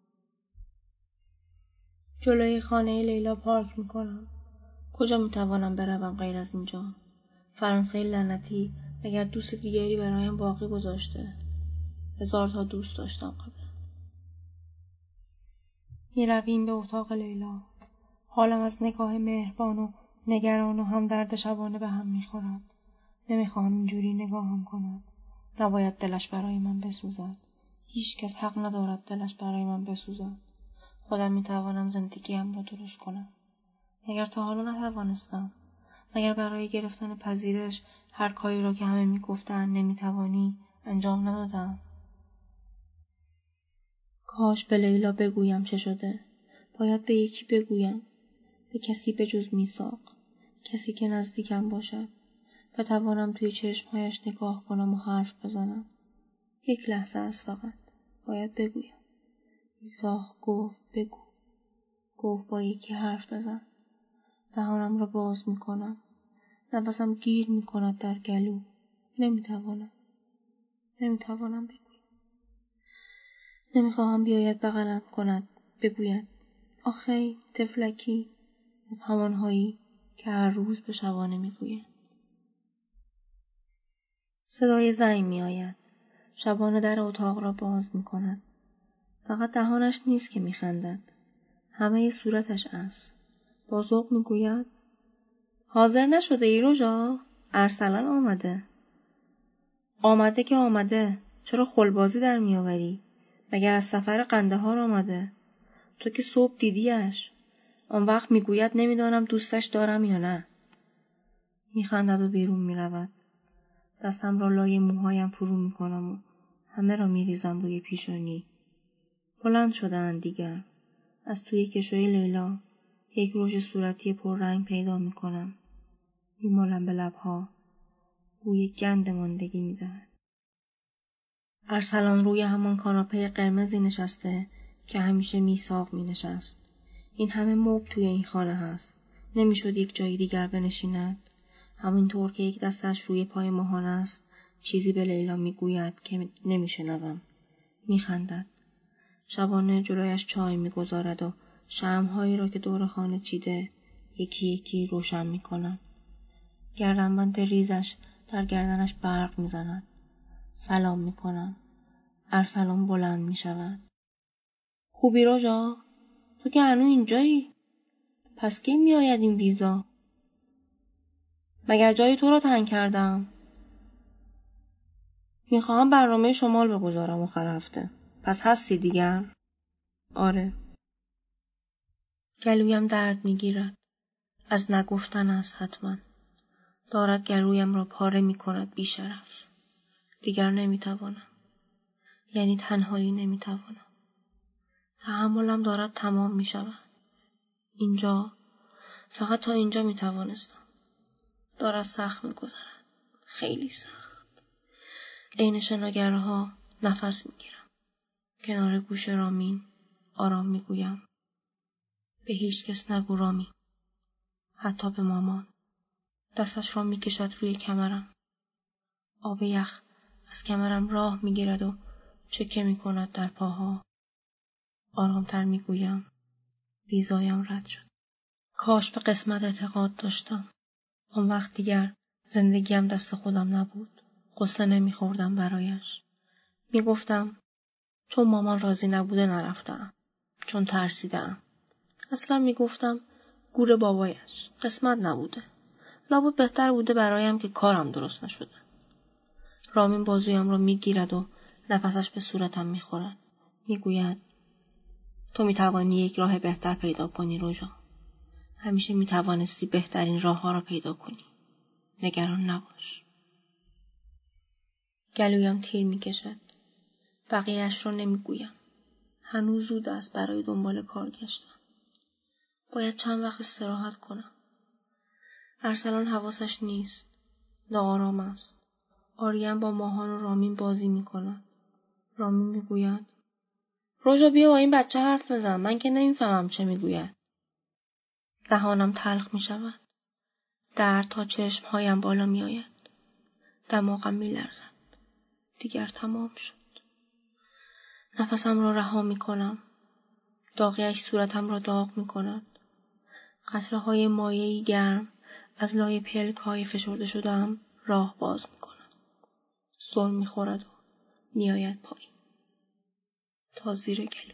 [SPEAKER 3] جلوی خانه لیلا پارک میکنم. کجا میتوانم بروم غیر از اینجا؟ فرانسه لعنتی اگر دوست دیگری برایم باقی گذاشته. هزار تا دوست داشتم قبلا. میرویم به اتاق لیلا. حالم از نگاه مهربان و نگران و هم درد شبانه به هم میخورد. نمیخواهم اینجوری نگاهم کند. نباید دلش برای من بسوزد. هیچ کس حق ندارد دلش برای من بسوزد. خودم میتوانم زندگیم را درست کنم. اگر تا حالا نتوانستم، اگر برای گرفتن پذیرش هر کاری را که همه میگفتند نمیتوانی انجام ندادم. کاش به لیلا بگویم چه شده. باید به یکی بگویم. به کسی به جز میثاق. کسی که نزدیکم باشد. بتوانم توی چشمهایش نگاه کنم و حرف بزنم. یک لحظه است فقط. باید بگویم. میثاق گفت بگو. گفت با یکی حرف بزن. دهانم را باز میکنم. نفسم گیر میکند در گلو. نمیتوانم. نمیتوانم بگویم. نمیخواهم بیاید بغلم کند. بگوید. آخی تفلکی. از همانهایی که هر روز به شبانه میگوید. صدای زنگ میآید. شبانه در اتاق را باز میکند. فقط دهانش نیست که میخندد. همه صورتش است. با ذوق میگوید حاضر نشده ای روژا؟ ارسلان آمده. آمده که آمده. چرا خلبازی در میآوری؟ مگر از سفر قندهار آمده؟ تو که صبح دیدیش. آن وقت میگوید نمیدانم دوستش دارم یا نه. میخندد و بیرون میرود. دستم را لای موهایم فرو میکنم و همه را میریزم روی پیشانی. بلند شده‌اند دیگر. از توی کشوی لیلا یک رژ صورتی پررنگ پیدا میکنم. میمالم به لبها. بوی گند ماندگی میدهد. ارسلان روی همان کاناپه قرمزی نشسته که همیشه میثاق مینشست. این همه مبل توی این خانه هست. نمیشد یک جای دیگر بنشیند. همینطور که یک دستش روی پای ماهان است، چیزی به لیلا میگوید که نمیشنوم. میخندد. شبانه جلویش چای میگذارد و شمع‌هایی را که دور خانه چیده یکی یکی روشن میکند. گردنبند ریزش در گردنش برق میزند. سلام میکنم. ارسلان بلند میشود. خوبی روژا؟ تو که هنوز اینجایی؟ پس کی میآید این ویزا؟ مگر جای تو را تنگ کردم؟ میخواهم برنامه شمال بگذارم آخر هفته. پس هستی دیگر؟ آره. گلویم درد میگیرد. از نگفتن است حتما. دارد گلویم را پاره میکند بی شرف. دیگر نمیتوانم. یعنی تنهایی نمیتوانم. تحملم دارد تمام میشود. اینجا فقط تا اینجا میتوانستم. دارد سخت میگذرد. خیلی سخت. عین شناگرها نفس میگیرم. کنار گوش رامین آرام میگویم. به هیچ کس نگو رامین. حتی به مامان. دستش را میکشد روی کمرم. آب یخ از کمرم راه میگیرد و چکه میکند در پاها. آرامتر میگویم ویزایم رد شد. کاش به قسمت اعتقاد داشتم. اون وقت دیگر زندگیم دست خودم نبود. قصه نمیخوردم برایش. میگفتم چون مامان راضی نبوده نرفتم. چون ترسیدم. اصلا میگفتم گور بابایش. قسمت نبوده. لابد بهتر بوده برایم که کارم درست نشده. رامین بازویم رو میگیرد و نفسش به صورتم میخورد. میگوید تو میتوانی یک راه بهتر پیدا کنی روژا. همیشه میتوانستی بهترین راه ها را پیدا کنی. نگران نباش. گلویم تیر میکشد. بقیه‌اش را نمیگویم. هنوز زود است برای دنبال کار گشتن. باید چند وقت استراحت کنم. ارسلان حواسش نیست. ناآرام است. آریان با ماهان و رامین بازی میکند. رامین میگوید روژا بیا با این بچه حرف بزن. من که نمیفهمم چه میگوید. دهانم تلخ میشود. درد تا چشمهایم بالا میآید. دماغم میلرزد. دیگر تمام شد. نفسم را رها میکنم. داغیش صورتم را داغ میکند. قطره های مایعی گرم از لای پلک های فشرده شدم راه باز میکند. سر میخورد و میآید پایین تا زیر گلویم.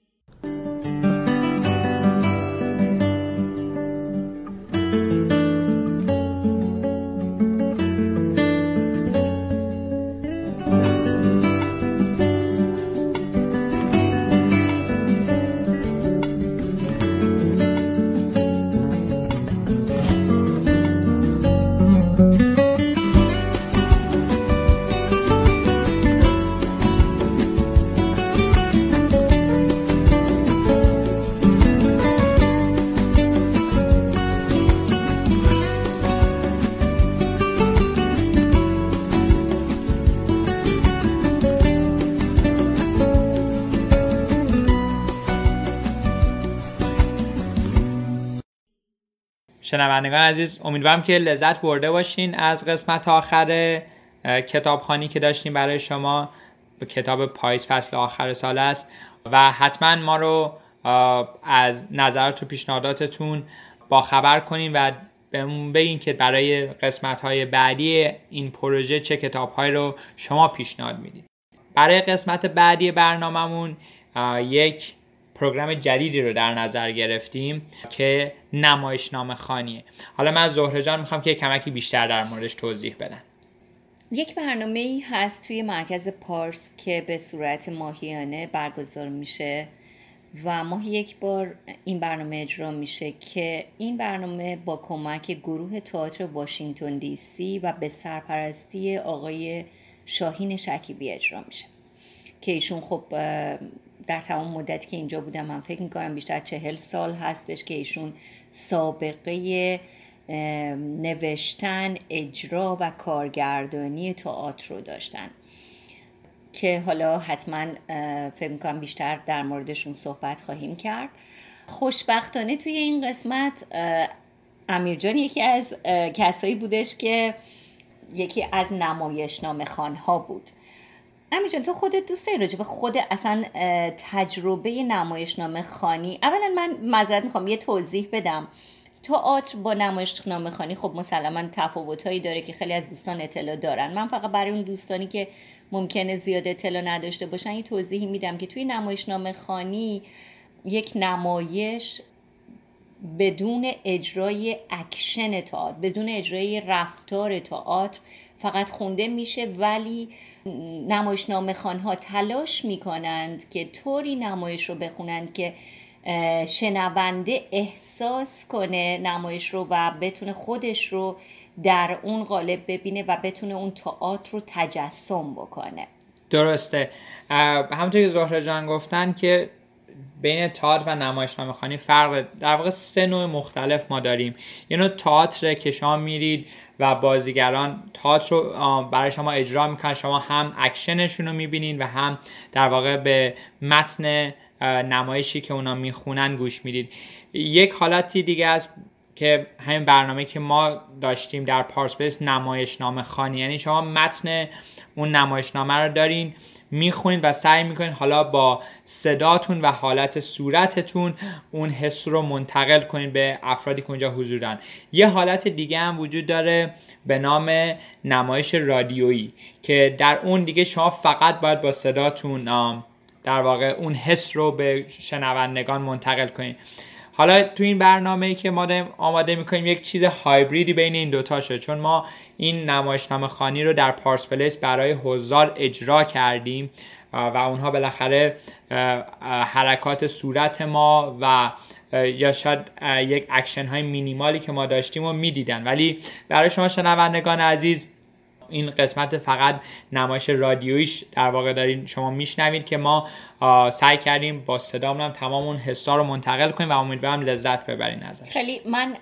[SPEAKER 1] شنوندگان عزیز، امیدوارم که لذت برده باشین از قسمت آخر کتابخوانی که داشتیم برای شما. کتاب پاییز فصل آخر سال است و حتما ما رو از نظرات و پیشنهاداتتون با خبر کنین و بهمون بگین که برای قسمت‌های بعدی این پروژه چه کتاب‌هایی رو شما پیشنهاد میدید. برای قسمت بعدی برنامه‌مون یک پروگرام جدیدی رو در نظر گرفتیم که نمایشنامه خوانیه. حالا من زهره جان میخوام که کمکی بیشتر در موردش توضیح بدن.
[SPEAKER 2] یک برنامه‌ای هست توی مرکز پارس که به صورت ماهیانه برگزار میشه و ماهی یک بار این برنامه اجرا میشه که این برنامه با کمک گروه تئاتر واشنگتن دی سی و به سرپرستی آقای شاهین شکیبی اجرا میشه که ایشون خب در تمام مدتی که اینجا بودم من فکر میکنم بیشتر چهل سال هستش که ایشون سابقه نوشتن، اجرا و کارگردانی تئاتر رو داشتن که حالا حتما فکر میکنم بیشتر در موردشون صحبت خواهیم کرد. خوشبختانه توی این قسمت امیرجان یکی از کسایی بودش که یکی از نمایشنامه خوان‌ها بود. امیرجان تو خودت دوست داری راجع به خود اصلا تجربه نمایشنامه خوانی؟ اولا من معذرت میخوام یه توضیح بدم. تئاتر با نمایشنامه خوانی خب مسلماً تفاوتایی داره که خیلی از دوستان اطلاع دارن. من فقط برای اون دوستانی که ممکنه زیاد اطلاع نداشته باشن یه توضیحی میدم که توی نمایشنامه خوانی یک نمایش بدون اجرای اکشن تئاتر، بدون اجرای رفتار تئاتر فقط خونده میشه، ولی نمایشنامه خوان‌ها تلاش میکنند که طوری نمایش رو بخونند که شنونده احساس کنه نمایش رو و بتونه خودش رو در اون قالب ببینه و بتونه اون تئاتر رو تجسم بکنه.
[SPEAKER 1] درسته. همونطور که زهره جان گفتن که بین تئاتر و نمایشنامه خوانی فرق در واقع سه نوع مختلف ما داریم. یه نوع تئاتر که شما میرید و بازیگران تئاتر رو برای شما اجرا میکنن، شما هم اکشنشون رو میبینین و هم در واقع به متن نمایشی که اونا میخونن گوش میدید. یک حالتی دیگه است که همین برنامه که ما داشتیم در پارسپلیس نمایشنامه خوانی، یعنی شما متن اون نمایشنامه رو دارین میخونید و سعی میکنید حالا با صداتون و حالت صورتتون اون حس رو منتقل کنید به افرادی که اونجا حضور دارن. یه حالت دیگه هم وجود داره به نام نمایش رادیویی که در اون دیگه شما فقط باید با صداتون در واقع اون حس رو به شنوندگان منتقل کنید. حالا تو این برنامه‌ای که ما آماده می‌کنیم یک چیز هایبریدی بین این دوتا شد، چون ما این نمایشنامه خوانی رو در پارسپلیس برای حضار اجرا کردیم و اونها بالاخره حرکات صورت ما و یا شاید یک اکشن های مینیمالی که ما داشتیم رو می‌دیدن، ولی برای شما شنوندگان عزیز این قسمت فقط نمایش رادیویش در واقع دارین شما میشنوید که ما سعی کردیم با صدامون هم تمام اون حسا رو منتقل کنیم و امیدوارم لذت ببرین ازش.
[SPEAKER 2] خیلی من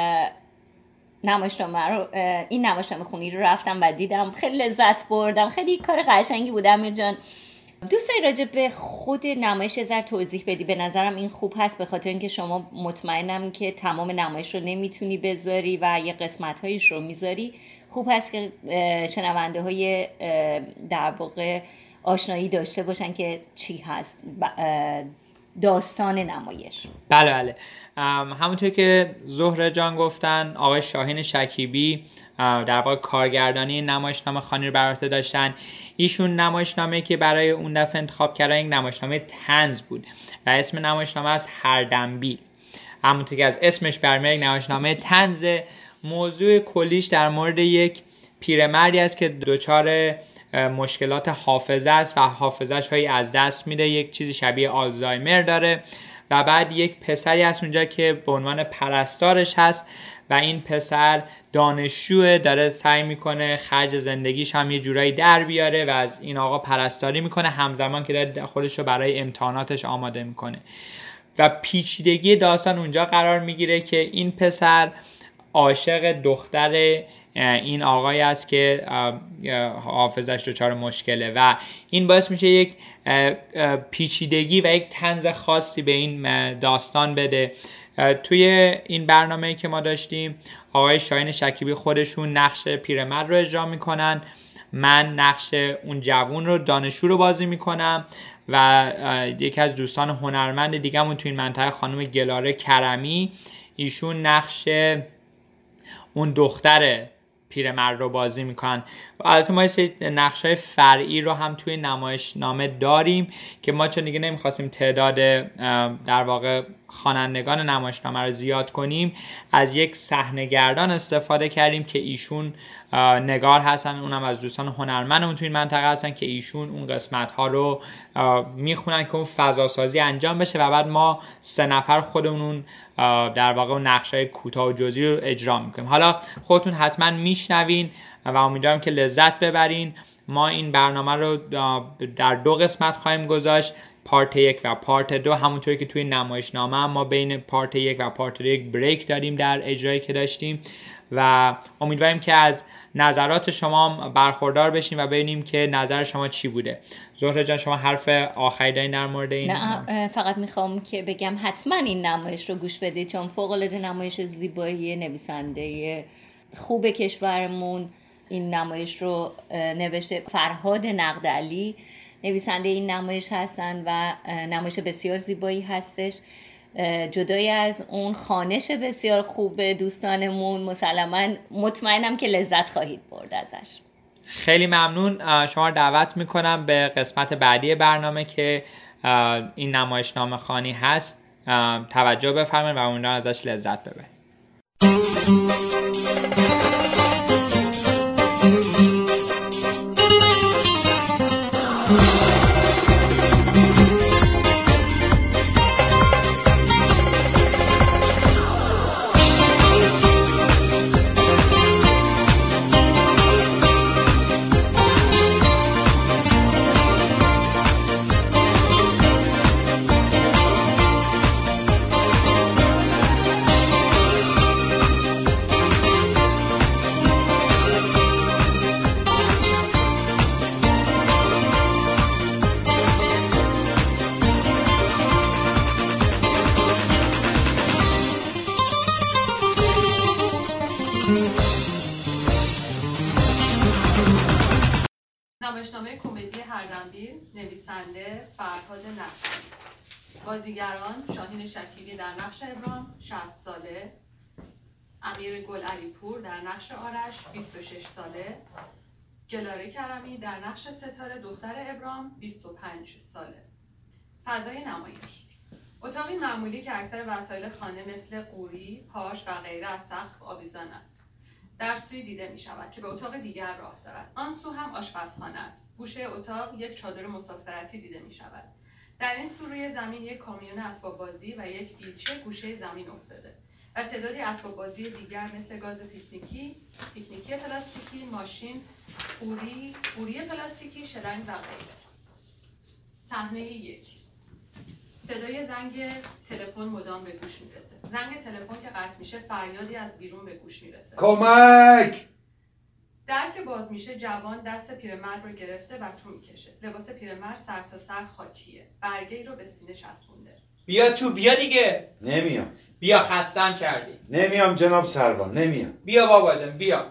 [SPEAKER 2] نمایشنامه رو این نمایشنامه خونی رو رفتم و دیدم، خیلی لذت بردم، خیلی کار قشنگی بود. امیر جان دوست داری راجع به خود نمایش یه ذره توضیح بدی؟ به نظرم این خوب هست، به خاطر اینکه شما مطمئنم که تمام نمایش رو نمیتونی بذاری و یه قسمت‌هایش رو میذاری. خوب هست که شنونده های در واقع آشنایی داشته باشن که چی هست داستان نمایش.
[SPEAKER 1] بله بله همونطور که زهره جان گفتن، آقای شاهین شکیبی در واقع کارگردانی نمایشنامه خوانی رو بر عهده داشتن. ایشون نمایشنامه که برای اون دفعه انتخاب کردن یک نمایشنامه طنز بود و اسم نمایشنامه از هردنبیل. همونطور که از اسمش برمیاد یک نمایشنامه طنز. موضوع کلیش در مورد یک پیرمردی است که دچار مشکلات حافظه است و حافظه‌اش هایی از دست میده، یک چیزی شبیه آلزایمر داره و بعد یک پسری هست اونجا که به عنوان پرستارش هست و این پسر دانشجوه، داره سعی میکنه خرج زندگیش هم یه جورایی در بیاره و از این آقا پرستاری میکنه همزمان که داره خودش رو برای امتحاناتش آماده میکنه. و پیچیدگی داستان اونجا قرار میگیره که این پسر عاشق دختر این آقای است که حافظش دچار مشکله و این باعث میشه یک پیچیدگی و یک طنز خاصی به این داستان بده. توی این برنامه که ما داشتیم آقای شاهین شکیبی خودشون نقش پیرمرد رو اجرا میکنن، من نقش اون جوون رو دانشجو رو بازی میکنم و یکی از دوستان هنرمند دیگه‌مون توی این منطقه خانم گلاره کرمی، ایشون نقش اون دختر پیرمرد رو بازی میکنن. و البته ما یه نقشای فرعی رو هم توی نمایشنامه داریم که ما چون دیگه نمیخواستیم تعداد در واقع خوانندگان نمایشنامه رو زیاد کنیم، از یک صحنه‌گردان استفاده کردیم که ایشون نگار هستن، اونم از دوستان هنرمندمون توی این منطقه هستن که ایشون اون قسمت ها رو میخونن که اون فضا سازی انجام بشه و بعد ما سه نفر خودمون در واقع اون نقشای کوتاه و جزئی رو اجرا میکنیم. حالا خودتون حتما میشنوین و امیدوارم که لذت ببرین. ما این برنامه رو در دو قسمت خواهیم گذاشت، پارت یک و پارت دو. همونطوری که توی نمایشنامه هم ما بین پارت یک و پارت دو یک بریک داریم در اجرایی که داشتیم و امیدواریم که از نظرات شما برخوردار بشیم و ببینیم که نظر شما چی بوده. زهره جان شما حرف آخری دارین در مورد این؟
[SPEAKER 2] نه فقط میخوام که بگم حتما این نمایش رو گوش بدید چون فوق‌العاده نمایش زیبایی، نویسنده خوب کشورمون این نمایش رو نوشته فرهاد نقدعلی، نویسنده این نمایش هستن و نمایش بسیار زیبایی هستش. جدای از اون خوانش بسیار خوب دوستانمون، مسلماً مطمئنم که لذت خواهید برد ازش.
[SPEAKER 1] خیلی ممنون. شما رو دعوت میکنم به قسمت بعدی برنامه که این نمایشنامه خوانی هست توجه بفرمایید و امیدوارم ازش لذت ببرید.
[SPEAKER 4] نمایشنامه کمدی هردنبیل، نویسنده فرهاد نقشی. بازیگران شاهین شکیبی در نقش ابرام شصت ساله، امیر گل علیپور در نقش آرش بیست و شش ساله، گلاره کرمی در نقش ستاره دختر ابرام بیست و پنج ساله. فضای نمایش: اتاقی معمولی که اکثر وسایل خانه مثل قوری، پاش و غیره از سقف آویزان است. در سوی دیده می شود که به اتاق دیگر راه دارد. آن سو هم آشپزخانه است. گوشه اتاق یک چادر مسافرتی دیده می شود. در این سو روی زمین یک کامیون اسباب بازی و یک بیلچه گوشه زمین افتاده و تعدادی اسباب بازی دیگر مثل گاز پیکنیکی، پیکنیکی پلاستیکی، ماشین، قوری، قوری پلاستیکی، شلنگ و غیره. صحنه یک: صدای زنگ تلفن مدام به گوش میرسه. زنگ تلفن که قطع میشه فریادی از بیرون به گوش میرسه.
[SPEAKER 5] کمک!
[SPEAKER 4] در که باز میشه جوان دست پیرمرد رو گرفته و تو میکشه. لباس پیرمرد سر تا سر خاکیه. برگه‌ای رو به سینه چسبونده.
[SPEAKER 1] بیا تو، بیا دیگه.
[SPEAKER 5] نمیام.
[SPEAKER 1] بیا، خستم کردی.
[SPEAKER 5] نمیام جناب سروان، نمیام.
[SPEAKER 1] بیا بابا جان، بیا.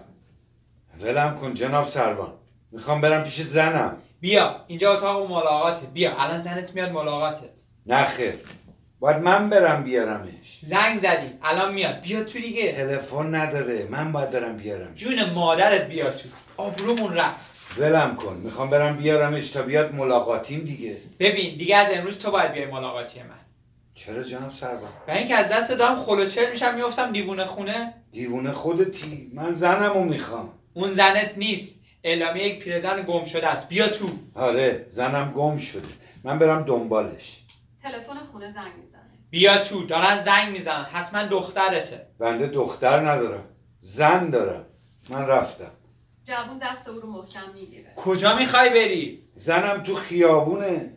[SPEAKER 5] ولم کن جناب سروان، میخوام برم پیش زنم.
[SPEAKER 1] بیا، اینجا اتاق ملاقاته. بیا، الان زنت میاد ملاقاتت.
[SPEAKER 5] نه خیر، باید من برم بیارمش.
[SPEAKER 1] زنگ زدیم، الان میاد. بیا تو دیگه.
[SPEAKER 5] تلفن نداره، من باید برم بیارم.
[SPEAKER 1] جون مادرت بیا تو. آبرومون رفت.
[SPEAKER 5] ولم کن، میخوام برم بیارمش تا بیاد ملاقاتیم دیگه.
[SPEAKER 1] ببین دیگه از امروز تو باید بیای ملاقاتی من.
[SPEAKER 5] چرا جناب سروان؟
[SPEAKER 1] برای اینکه از دست دارم خلوچل میشم میافتم دیوونه خونه.
[SPEAKER 5] دیوونه خودتی، من زنمو میخوام.
[SPEAKER 1] اون زنت نیست، اعلامیه یک پیرزن گم شده است. بیا تو.
[SPEAKER 5] آره، زنم گم شده، من برم دنبالش.
[SPEAKER 4] تلفن خونه زنگ میزنه.
[SPEAKER 1] بیا تو، دارن زنگ میزنن، حتما دخترته.
[SPEAKER 5] بنده دختر ندارم، زن دارم. من رفتم.
[SPEAKER 4] جوون دست او رو محکم میگیره.
[SPEAKER 1] کجا میخوای بری؟
[SPEAKER 5] زنم تو خیابونه.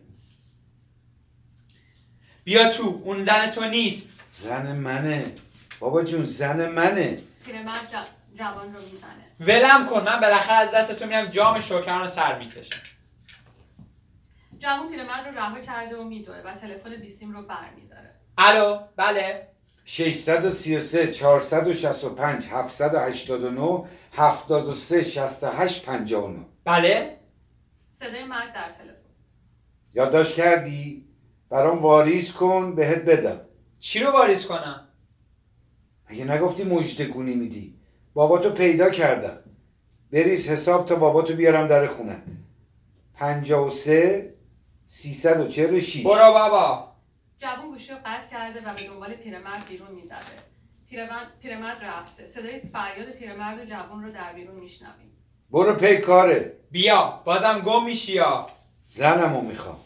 [SPEAKER 1] بیا تو، اون زن تو نیست.
[SPEAKER 5] زن منه بابا جون، زن منه.
[SPEAKER 4] پیرمرد ج... جوان رو میزنه.
[SPEAKER 1] ولم کن، من بالاخره از دست تو میرم جام شوکران رو سر میکشم.
[SPEAKER 4] جوان پیرمرد رو رها کرده و میدوه و تلفن بیسیم رو برمیداره.
[SPEAKER 1] الو، بله.
[SPEAKER 5] ششصد و سی و سه چهارصد و شصت و پنج هفتصد و هشتاد و نه هفتاد و سه شصت و هشت پنجاه و نه.
[SPEAKER 1] بله.
[SPEAKER 4] صدای مرد در تلفن.
[SPEAKER 5] یادداشت کردی؟ برام واریز کن بهت بدم.
[SPEAKER 1] چی رو واریز کنم؟
[SPEAKER 5] اگه نگفتی مژدگونی میدی. باباتو پیدا کردم. بریز حساب تا باباتو بیارم در خونه. پنجاه و سه سیصد و چهل و شش.
[SPEAKER 1] برو بابا.
[SPEAKER 4] جوان گوشی رو قطع کرده و به دنبال پیرمرد بیرون میدوه. پیرمرد پیرمرد رفته. صدای فریاد پیرمرد و جوان رو در بیرون میشنویم.
[SPEAKER 5] برو پی کاره.
[SPEAKER 1] بیا، بازم گم میشی یا؟
[SPEAKER 5] زنمو میخوام.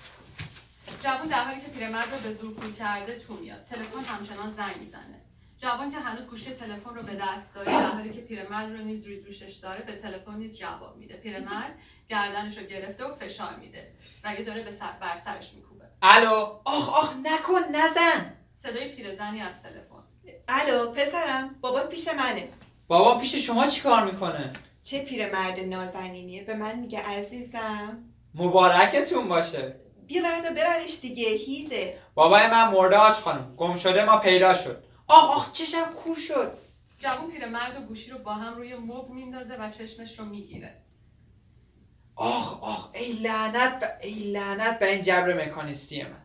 [SPEAKER 4] جوان در حالی که پیرمرد رو به زور کول کرده تو میاد. تلفن همچنان زنگ میزنه. جوان که هنوز گوشی تلفن رو به دست داره در حالی که پیرمرد رو نیز روی دوشش داره به تلفن نیز جواب میده. پیرمرد گردنش رو گرفته و فشار میده و یه داره به سر بر سرش میکوبه.
[SPEAKER 1] الو، آخ آخ نکن، نزن.
[SPEAKER 4] صدای پیرزنی از تلفن.
[SPEAKER 6] الو پسرم، بابات پیش منه.
[SPEAKER 1] بابا پیش شما چی کار میکنه؟
[SPEAKER 6] چه پیرمرد نازنینیه، به من میگه عزیزم.
[SPEAKER 1] مبارکتون باشه.
[SPEAKER 6] بیا برات ببرش دیگه، هیزه.
[SPEAKER 1] بابای من مرده آج خانم، گم شده ما پیدا شد. آخ آخ چشم کور شد.
[SPEAKER 4] جوان پیرمرد و گوشی رو با هم روی مبل میندازه و چشمش رو میگیره.
[SPEAKER 1] آخ آخ ای لعنت ب... ای لعنت به این جبر مکانیستی من.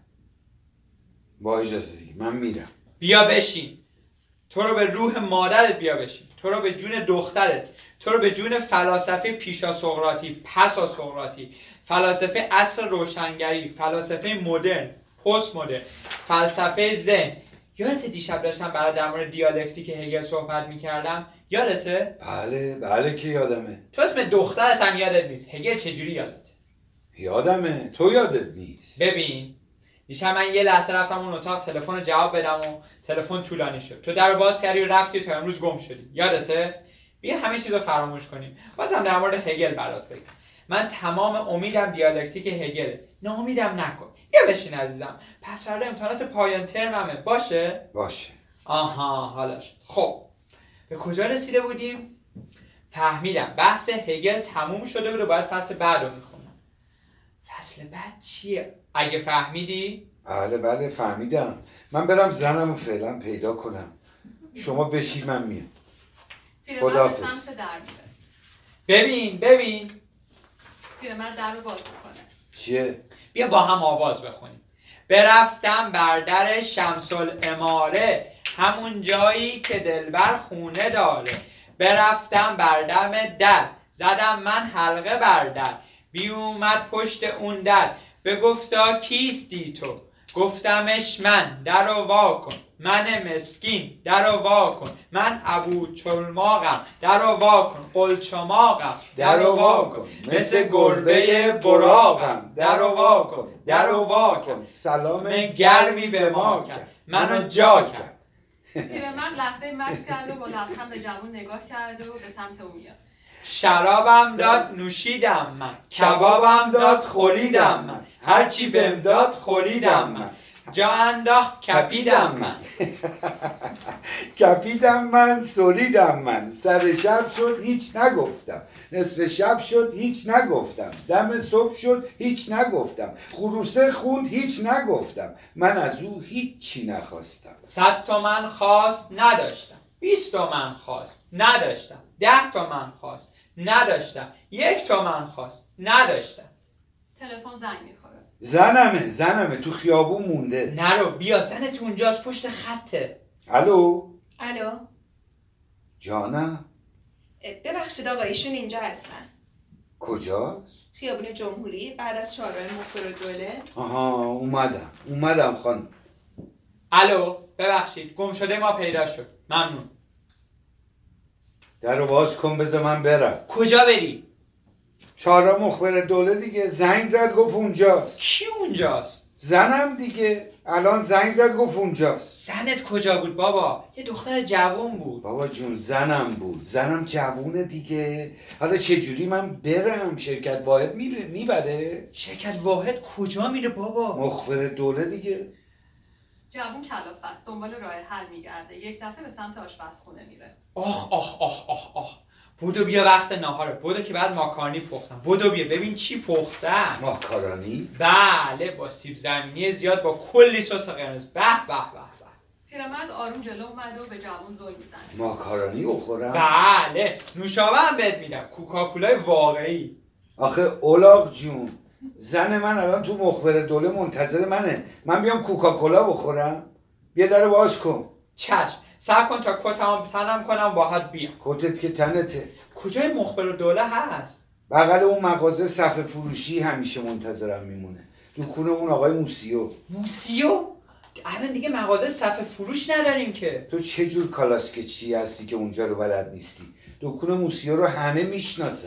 [SPEAKER 5] با اجازه دیگه من میرم.
[SPEAKER 1] بیا بشین. تو رو به روح مادرت بیا بشین. تو رو به جون دخترت. تو رو به جون فلاسفه پیشا سقراطی، پسا سقراطی، فلاسفه عصر روشنگری، فلاسفه مدرن، پست مدرن، فلسفه ذهن. یادت دیشب داشتم برای در مورد دیالکتیک هگل صحبت میکردم؟ یادته؟
[SPEAKER 5] بله بله که یادمه.
[SPEAKER 1] تو اسم دخترت هم یادت نیست. هگل چجوری یادته؟
[SPEAKER 5] یادمه، تو یادت نیست.
[SPEAKER 1] ببین دیشب من یه لحظه رفتم اون اتاق تلفن رو جواب بدم و تلفن طولانی شد. تو در رو باز کردی و رفتی و تا امروز گم شدی. یادته؟ بیا همه چیز رو فراموش کنیم. بازم در مورد هگل برات بگم. من تمام امیدم دیالکتیک هگله. ناامیدم نکن. بیا بشین عزیزم. پس فردا امتحانات پایان ترممه. باشه؟
[SPEAKER 5] باشه.
[SPEAKER 1] آها حالا شد. خب به کجا رسیده بودیم؟ فهمیدم بحث هگل تموم شده بود و باید فصل بعد رو میخونم. فصل بعد چیه؟ اگه فهمیدی؟
[SPEAKER 5] بله بله فهمیدم. من برم زنمو فعلا پیدا کنم. شما بشی من میام.
[SPEAKER 4] پیرمرد به سمت در میره.
[SPEAKER 1] ببین ببین
[SPEAKER 4] پیرمرد در رو باز میکنه.
[SPEAKER 5] چیه؟
[SPEAKER 1] بیا با هم آواز بخونیم. برفتم بر در شمس العماره، همون جایی که دلبر خونه داره. برفتم بر دم در، زدم من حلقه بر در. بی اومد پشت اون در، بگفتا کیستی تو؟ گفتمش من، در رو وا کن. من مسکین، در رو وا کن. من ابو چلماغم، در رو وا کن. قلچماغم، در رو وا کن. مثل گربه براغم، در رو وا کن. در رو وا کن.
[SPEAKER 5] سلام
[SPEAKER 1] گرمی به ما کرد، منو جا کرد.
[SPEAKER 4] پیرمرد لحظه مکث کرد و با لبخند به جوون نگاه کرد و به سمت او میاد.
[SPEAKER 1] شرابم داد نوشیدم من، کبابم داد خوریدم من، هرچی بهم داد خوریدم من، جا انداخت کپیدم من.
[SPEAKER 5] کپیدم من، سریدم من، سر شب شد هیچ نگفتم، نصف شب شد هیچ نگفتم، دم صبح شد هیچ نگفتم، خروسه خوند هیچ نگفتم، من از او هیچی نخواستم.
[SPEAKER 1] صد تومن خواست نداشتم، بیست تومن خواست نداشتم، ده تومن خواست نداشتم، یک تومن خواست نداشتم.
[SPEAKER 4] تلفن زنگ میخوره.
[SPEAKER 5] زنمه زنمه تو خیابون مونده.
[SPEAKER 1] نرو، بیا، زنت اونجاست پشت خطه.
[SPEAKER 5] الو
[SPEAKER 6] الو،
[SPEAKER 5] جانم،
[SPEAKER 6] ببخشید آقا ایشون اینجا هستن.
[SPEAKER 5] کجاست؟
[SPEAKER 6] خیابون جمهوری بعد از شهرهای مخبر دوله.
[SPEAKER 5] آها اومدم اومدم خانم.
[SPEAKER 1] الو، ببخشید گم شده ما پیدا شد. ممنون.
[SPEAKER 5] در رو باز کن بذار من برم.
[SPEAKER 1] کجا بری؟
[SPEAKER 5] چهارراه مخبر دوله دیگه، زنگ زد گفت اونجاست.
[SPEAKER 1] کی اونجاست؟
[SPEAKER 5] زنم دیگه، الان زنگ زد گفت اونجاست.
[SPEAKER 1] زنت کجا بود بابا؟ یه دختر جوان بود.
[SPEAKER 5] بابا جون زنم بود، زنم جوونه دیگه. حالا چجوری من برم؟ شرکت واحد میره میبره؟
[SPEAKER 1] شرکت واحد کجا میره بابا؟
[SPEAKER 5] مخبر دوله دیگه.
[SPEAKER 4] جوون کلافه است، دنبال راه حل میگرده. یک دفعه به سمت آشپزخونه میره.
[SPEAKER 1] آخ آخ آخ آخ آخ بودو بیا وقت ناهاره. بودو که بعد ماکارونی پختم. بودو بیا ببین چی پختم.
[SPEAKER 5] ماکارونی؟
[SPEAKER 1] بله، با سیب زمینی زیاد با کلی سس قرمز. به به به به.
[SPEAKER 4] پیرمرد آروم جلو اومده و به جوون زل میزنه.
[SPEAKER 5] ماکارونی بخورم؟
[SPEAKER 1] بله، نوشابه هم بهت میدم، کوکاکولای واقعی.
[SPEAKER 5] آخه اولاغ جون، زن من الان تو مخبر دوله منتظر منه، من بیام کوکاکولا بخورم؟ بیا در باز کن.
[SPEAKER 1] چشم، صبر کن تا کتمو تنم کنم باهات بیام.
[SPEAKER 5] کتت که تنته.
[SPEAKER 1] کجای مخبر دوله هست؟
[SPEAKER 5] بغل اون مغازه صفحه فروشی همیشه منتظرم میمونه، دکون اون آقای موسیو.
[SPEAKER 1] موسیو؟ الان دیگه مغازه صفحه فروش نداریم که.
[SPEAKER 5] تو چه جور کالاسکچی هستی که اونجا رو بلد نیستی؟ دکون موسیو رو همه میشناسن.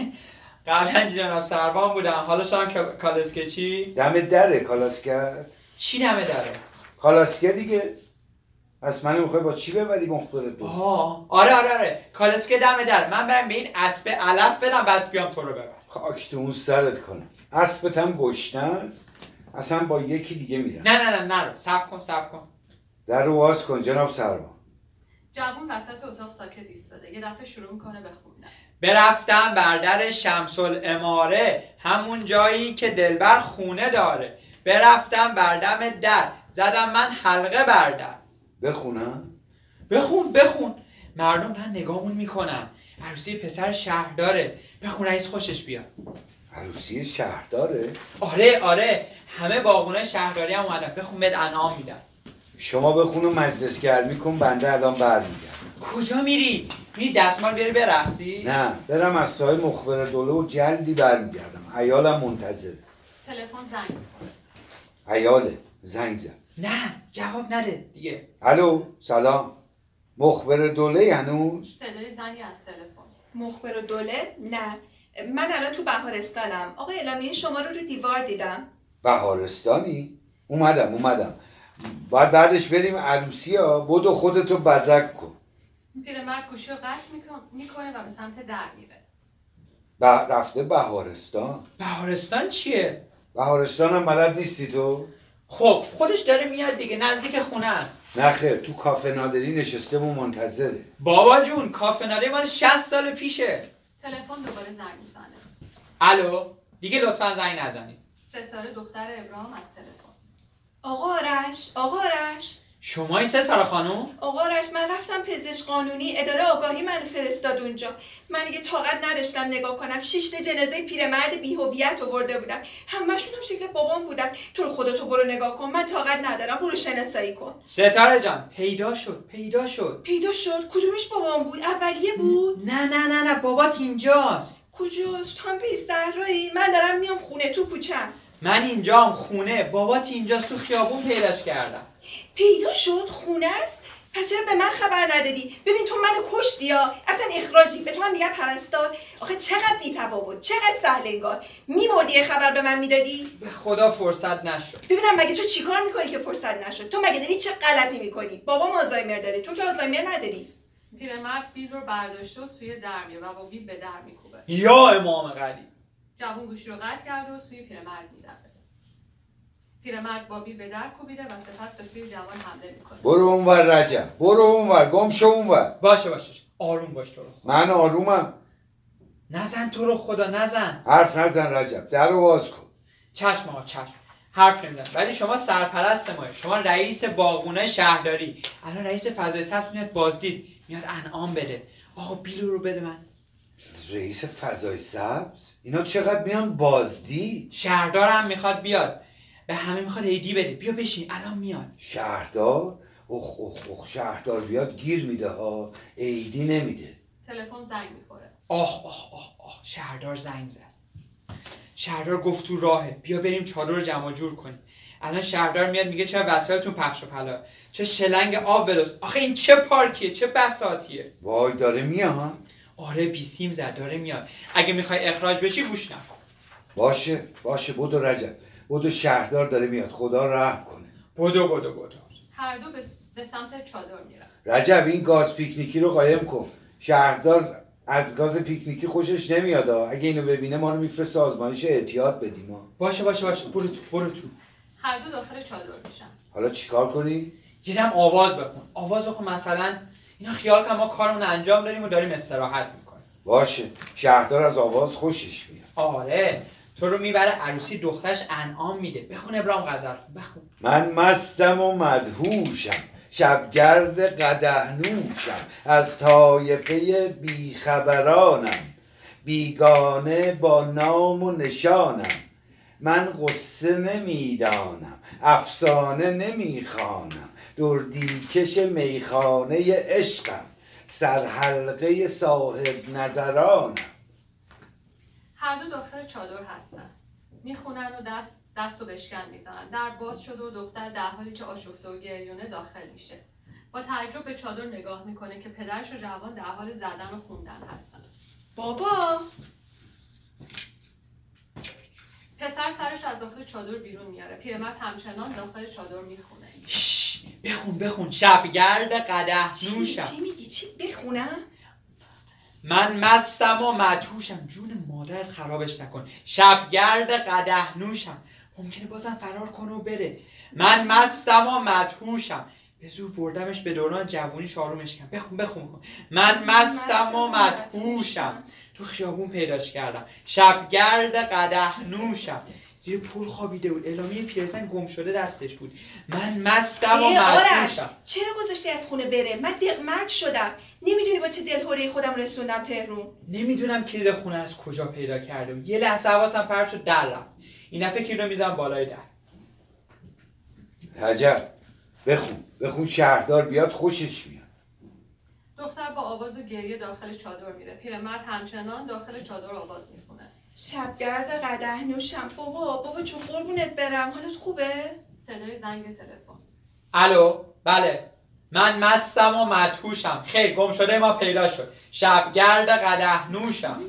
[SPEAKER 1] قبلا جناب سربان بودم، حالا شما کالاسکچی؟
[SPEAKER 5] دم دره کالاسکت؟
[SPEAKER 1] چی دمه داره؟
[SPEAKER 5] کالاسکه دیگه. پس منو میخوای با چی ببری مخبر دوله؟
[SPEAKER 1] آه آره آره آره کالاسکه دمه در. من برم به این اسب علف بدم بعد بیام تو رو ببرم.
[SPEAKER 5] خاک تو اون سرت کنم. اسبت هم گشنه است، اصلا با یکی دیگه میرم.
[SPEAKER 1] نه نه نه نرو، صبر کن صبر کن.
[SPEAKER 5] در رو باز کن جناب سربان.
[SPEAKER 4] جوون وسط اتاق ساکت ایستاده. یه دفعه شروع میکنه به خوندن.
[SPEAKER 1] برفتم بر در شمس العماره، همون جایی که دلبر خونه داره. برفتم بر دم در، زدم من حلقه بر در.
[SPEAKER 5] بخونم؟
[SPEAKER 1] بخون بخون. مردم دارن نگاهمون میکنن. عروسی پسر شهرداره. بخون رئیس خوشش بیاد.
[SPEAKER 5] عروسی شهرداره؟
[SPEAKER 1] آره آره همه باغونه شهرداری هم اومدن. بخون بهت انعام میدن.
[SPEAKER 5] شما بخون و مجلس گرمی کن، بنده الان برمیگردم.
[SPEAKER 1] کجا میری؟ میری دستمال بیاری برقصی؟
[SPEAKER 5] نه برم از سایه مخبر دوله و جلدی برمیگردم، عیالم منتظره.
[SPEAKER 4] تلفن زنگ میخوره.
[SPEAKER 5] عیاله زنگ زد.
[SPEAKER 1] نه جواب نده دیگه.
[SPEAKER 5] الو سلام، مخبر دوله هنوز؟
[SPEAKER 4] صدای زنی از تلفن.
[SPEAKER 6] مخبر دوله؟ نه، من الان تو بهارستانم. آقا اعلامیه شما رو رو دیوار دیدم.
[SPEAKER 5] بهارستانی؟ اومدم اومدم. باید بعدش بریم عروسی ها. بدو خودتو بزک کن.
[SPEAKER 4] پیرمرد گوشی رو قطع میکنه و به سمت در میره.
[SPEAKER 5] ب... رفته بهارستان؟
[SPEAKER 1] بهارستان چیه؟
[SPEAKER 5] بهارستان هم بلد نیستی تو؟
[SPEAKER 1] خب خودش داره میاد دیگه، نزدیک خونه است.
[SPEAKER 5] نه خیر، تو کافه نادری نشسته و منتظره.
[SPEAKER 1] بابا جون کافه نادری مال شصت سال پیشه.
[SPEAKER 4] تلفن دوباره زنگ میزنه.
[SPEAKER 1] الو، دیگه لطفا زنگ نزنید.
[SPEAKER 4] ستاره دختر ابراهام از تلفن.
[SPEAKER 6] آقا آرش، آقا آرش،
[SPEAKER 1] شمایی ستاره خانم؟
[SPEAKER 6] آقا آرش من رفتم پزشک قانونی، اداره آگاهی منو فرستاد اونجا. من دیگه طاقت نداشتم نگاه کنم. شش تا جنازه پیرمرد بی‌هویت آورده بودن، همشون هم شکل بابام بودن. تو رو خدا تو برو نگاه کن، من طاقت ندارم، برو شناسایی کن.
[SPEAKER 1] ستاره جان پیدا شد پیدا شد
[SPEAKER 6] پیدا شد؟ کدومش بابام بود؟ اولیه بود؟
[SPEAKER 1] نه نه نه نه بابات اینجاست.
[SPEAKER 6] کجاست؟ تو هم پیش صحرایی؟ من دارم میام خونه، تو کوچه‌ام.
[SPEAKER 1] من اینجام خونه، بابات اینجاست، تو خیابون پیداش کردم.
[SPEAKER 6] پیدا شد؟ خونه است؟ پس چرا به من خبر ندادی؟ ببین تو منو کشتی یا اصلا اخراجی. به تو من میگم پرستار. آخه چقدر بی‌تفاوت، چقدر سهل انگار. میمردی یه خبر به من میدادی؟
[SPEAKER 1] به خدا فرصت نشد.
[SPEAKER 6] ببینم مگه تو چیکار میکنی که فرصت نشد؟ تو مگه داری چه غلطی میکنی؟ بابام آلزایمر داره، تو که آلزایمر نداری.
[SPEAKER 4] پیرمرد بیل رو برداشته و سوی در میره و با بیل به در میکوبه.
[SPEAKER 1] یا امام قلی.
[SPEAKER 4] جوون گوشی رو قطع کرده و سوی پیرمرد میدوه. پیرمرد با بیل به در کوبیده و سپس به سوی جوان حمله میکنه.
[SPEAKER 5] برو اونور رجب، برو اونور، گم شو اونور.
[SPEAKER 1] باشه باشه آروم باش تو رو خدا.
[SPEAKER 5] من آرومم.
[SPEAKER 1] نزن تو رو خدا نزن.
[SPEAKER 5] حرف نزن رجب، در رو باز کن.
[SPEAKER 1] چشم آقا چشم، حرف نمیدن، ولی شما سرپرست ماه، شما رئیس باغونه شهرداری. الان رئیس فضای سبز میاد بازدید، میاد انعام بده. آقا بیلو رو بده من.
[SPEAKER 5] رئیس فضای سبز؟ اینا چقدر میان بازدید؟
[SPEAKER 1] شهردار هم میخواد بیاد، به همه میخواد هدیه بده. بیا بشین الان میاد.
[SPEAKER 5] شهردار؟ اخ اخ اخ شهردار بیاد گیر میده ها، عیدی نمیده.
[SPEAKER 4] تلفن زنگ میخوره.
[SPEAKER 1] آخ آخ آخ آخ شهردار زنگ زد. شهردار گفت تو راهه، بیا بریم چادر رو جمع جور کنیم. الان شهردار میاد میگه چرا وسایلتون پخش و پلا، چه شلنگ آب ولوس. آخه این چه پارکیه، چه بساطیه.
[SPEAKER 5] وای داره میاد.
[SPEAKER 1] آره بیسیم زد داره میاد. اگه میخوای اخراج بشی گوش نکن.
[SPEAKER 5] باشه باشه بدو رجب، بدو شهردار داره میاد، خدا رحم کنه.
[SPEAKER 1] بدو بدو بدو.
[SPEAKER 4] هر دو به, به سمت چادر میرن.
[SPEAKER 5] رجب این گاز پیکنیکی رو قایم کن. شهردار از گاز پیکنیکی خوشش نمیاد. اگه اینو ببینه ما رو میفرسته آزمایش احتیاط بدیم ها.
[SPEAKER 1] باشه باشه باشه برو تو برو تو.
[SPEAKER 4] هر دو داخل چادر میشن.
[SPEAKER 5] حالا چیکار کنی؟
[SPEAKER 1] یه دم آواز بخون. آواز بخون مثلا اینا خیال کن ما کارمون انجام داریم و داریم استراحت میکنیم.
[SPEAKER 5] باشه شهردار از آواز خوشش میاد.
[SPEAKER 1] آره تو رو میبره عروسی دخترش انعام میده. بخون ابراهیم غزل بخون.
[SPEAKER 5] من مستم و مدهوشم، شبگرد قدح نوشم، از طایفه بیخبرانم، بیگانه با نام و نشانم. من قصه نمیدانم، افسانه نمیخوانم، دردیکش میخانه عشقم، سرحلقه صاحب نظرانم.
[SPEAKER 4] هر دو داخل چادر هستن. میخونن و دست دست و بشکن میزنن. در باز شده و دختر در حالی که آشفته و گریونه داخل میشه. با تعجب به چادر نگاه میکنه که پدرش و جوان در حال زدن و خوندن هستن.
[SPEAKER 6] بابا
[SPEAKER 4] پسر سرش از داخل چادر بیرون میاره. پیرمرد همچنان داخل چادر میخونه.
[SPEAKER 1] شش بخون بخون. شبگرد قدح
[SPEAKER 6] چی,
[SPEAKER 1] نوشم.
[SPEAKER 6] چی میگی؟ چی بخونم؟
[SPEAKER 1] من مستم و مدهوشم. جون مادرت خرابش نکن. شبگرد قدح نوشم. ممکنه بازم فرار کنه و بره. من مستم و مدهوشم. به زور بردمش به دوران جوونیش آرومش کردم. بخون بخون. من مستم و مدهوشم. تو خیابون پیداش کردم. شبگرد قدح نوشم. زیر پول خوابیده بود. اعلامیه پیرزن گم شده دستش بود. من مستم و مدهوشم.
[SPEAKER 6] چرا گذاشتی از خونه بره؟ من دقمرگ شدم. نمیدونی با چه دلهوره خودم رسوندم تهرون.
[SPEAKER 1] نمیدونم کلید خونه از کجا پیدا کردم. یه لحظه حواسم پرت شد در رفت. این دفعه کلید رو میذارم بالای در.
[SPEAKER 5] رجب بخون بخون شهردار بیاد خوشش میاد.
[SPEAKER 4] دختر با آواز و گریه داخل چادر میره. پیرمرد همچنان داخل چادر آواز میخونه.
[SPEAKER 6] شبگرد قدح نوشم. بابا بابا چون قربونت برم، حالت خوبه؟
[SPEAKER 4] صدای زنگ تلفن.
[SPEAKER 1] الو بله من مستم و مدهوشم. خیر گم شده ما پیدا شد. شبگرد قدح نوشم.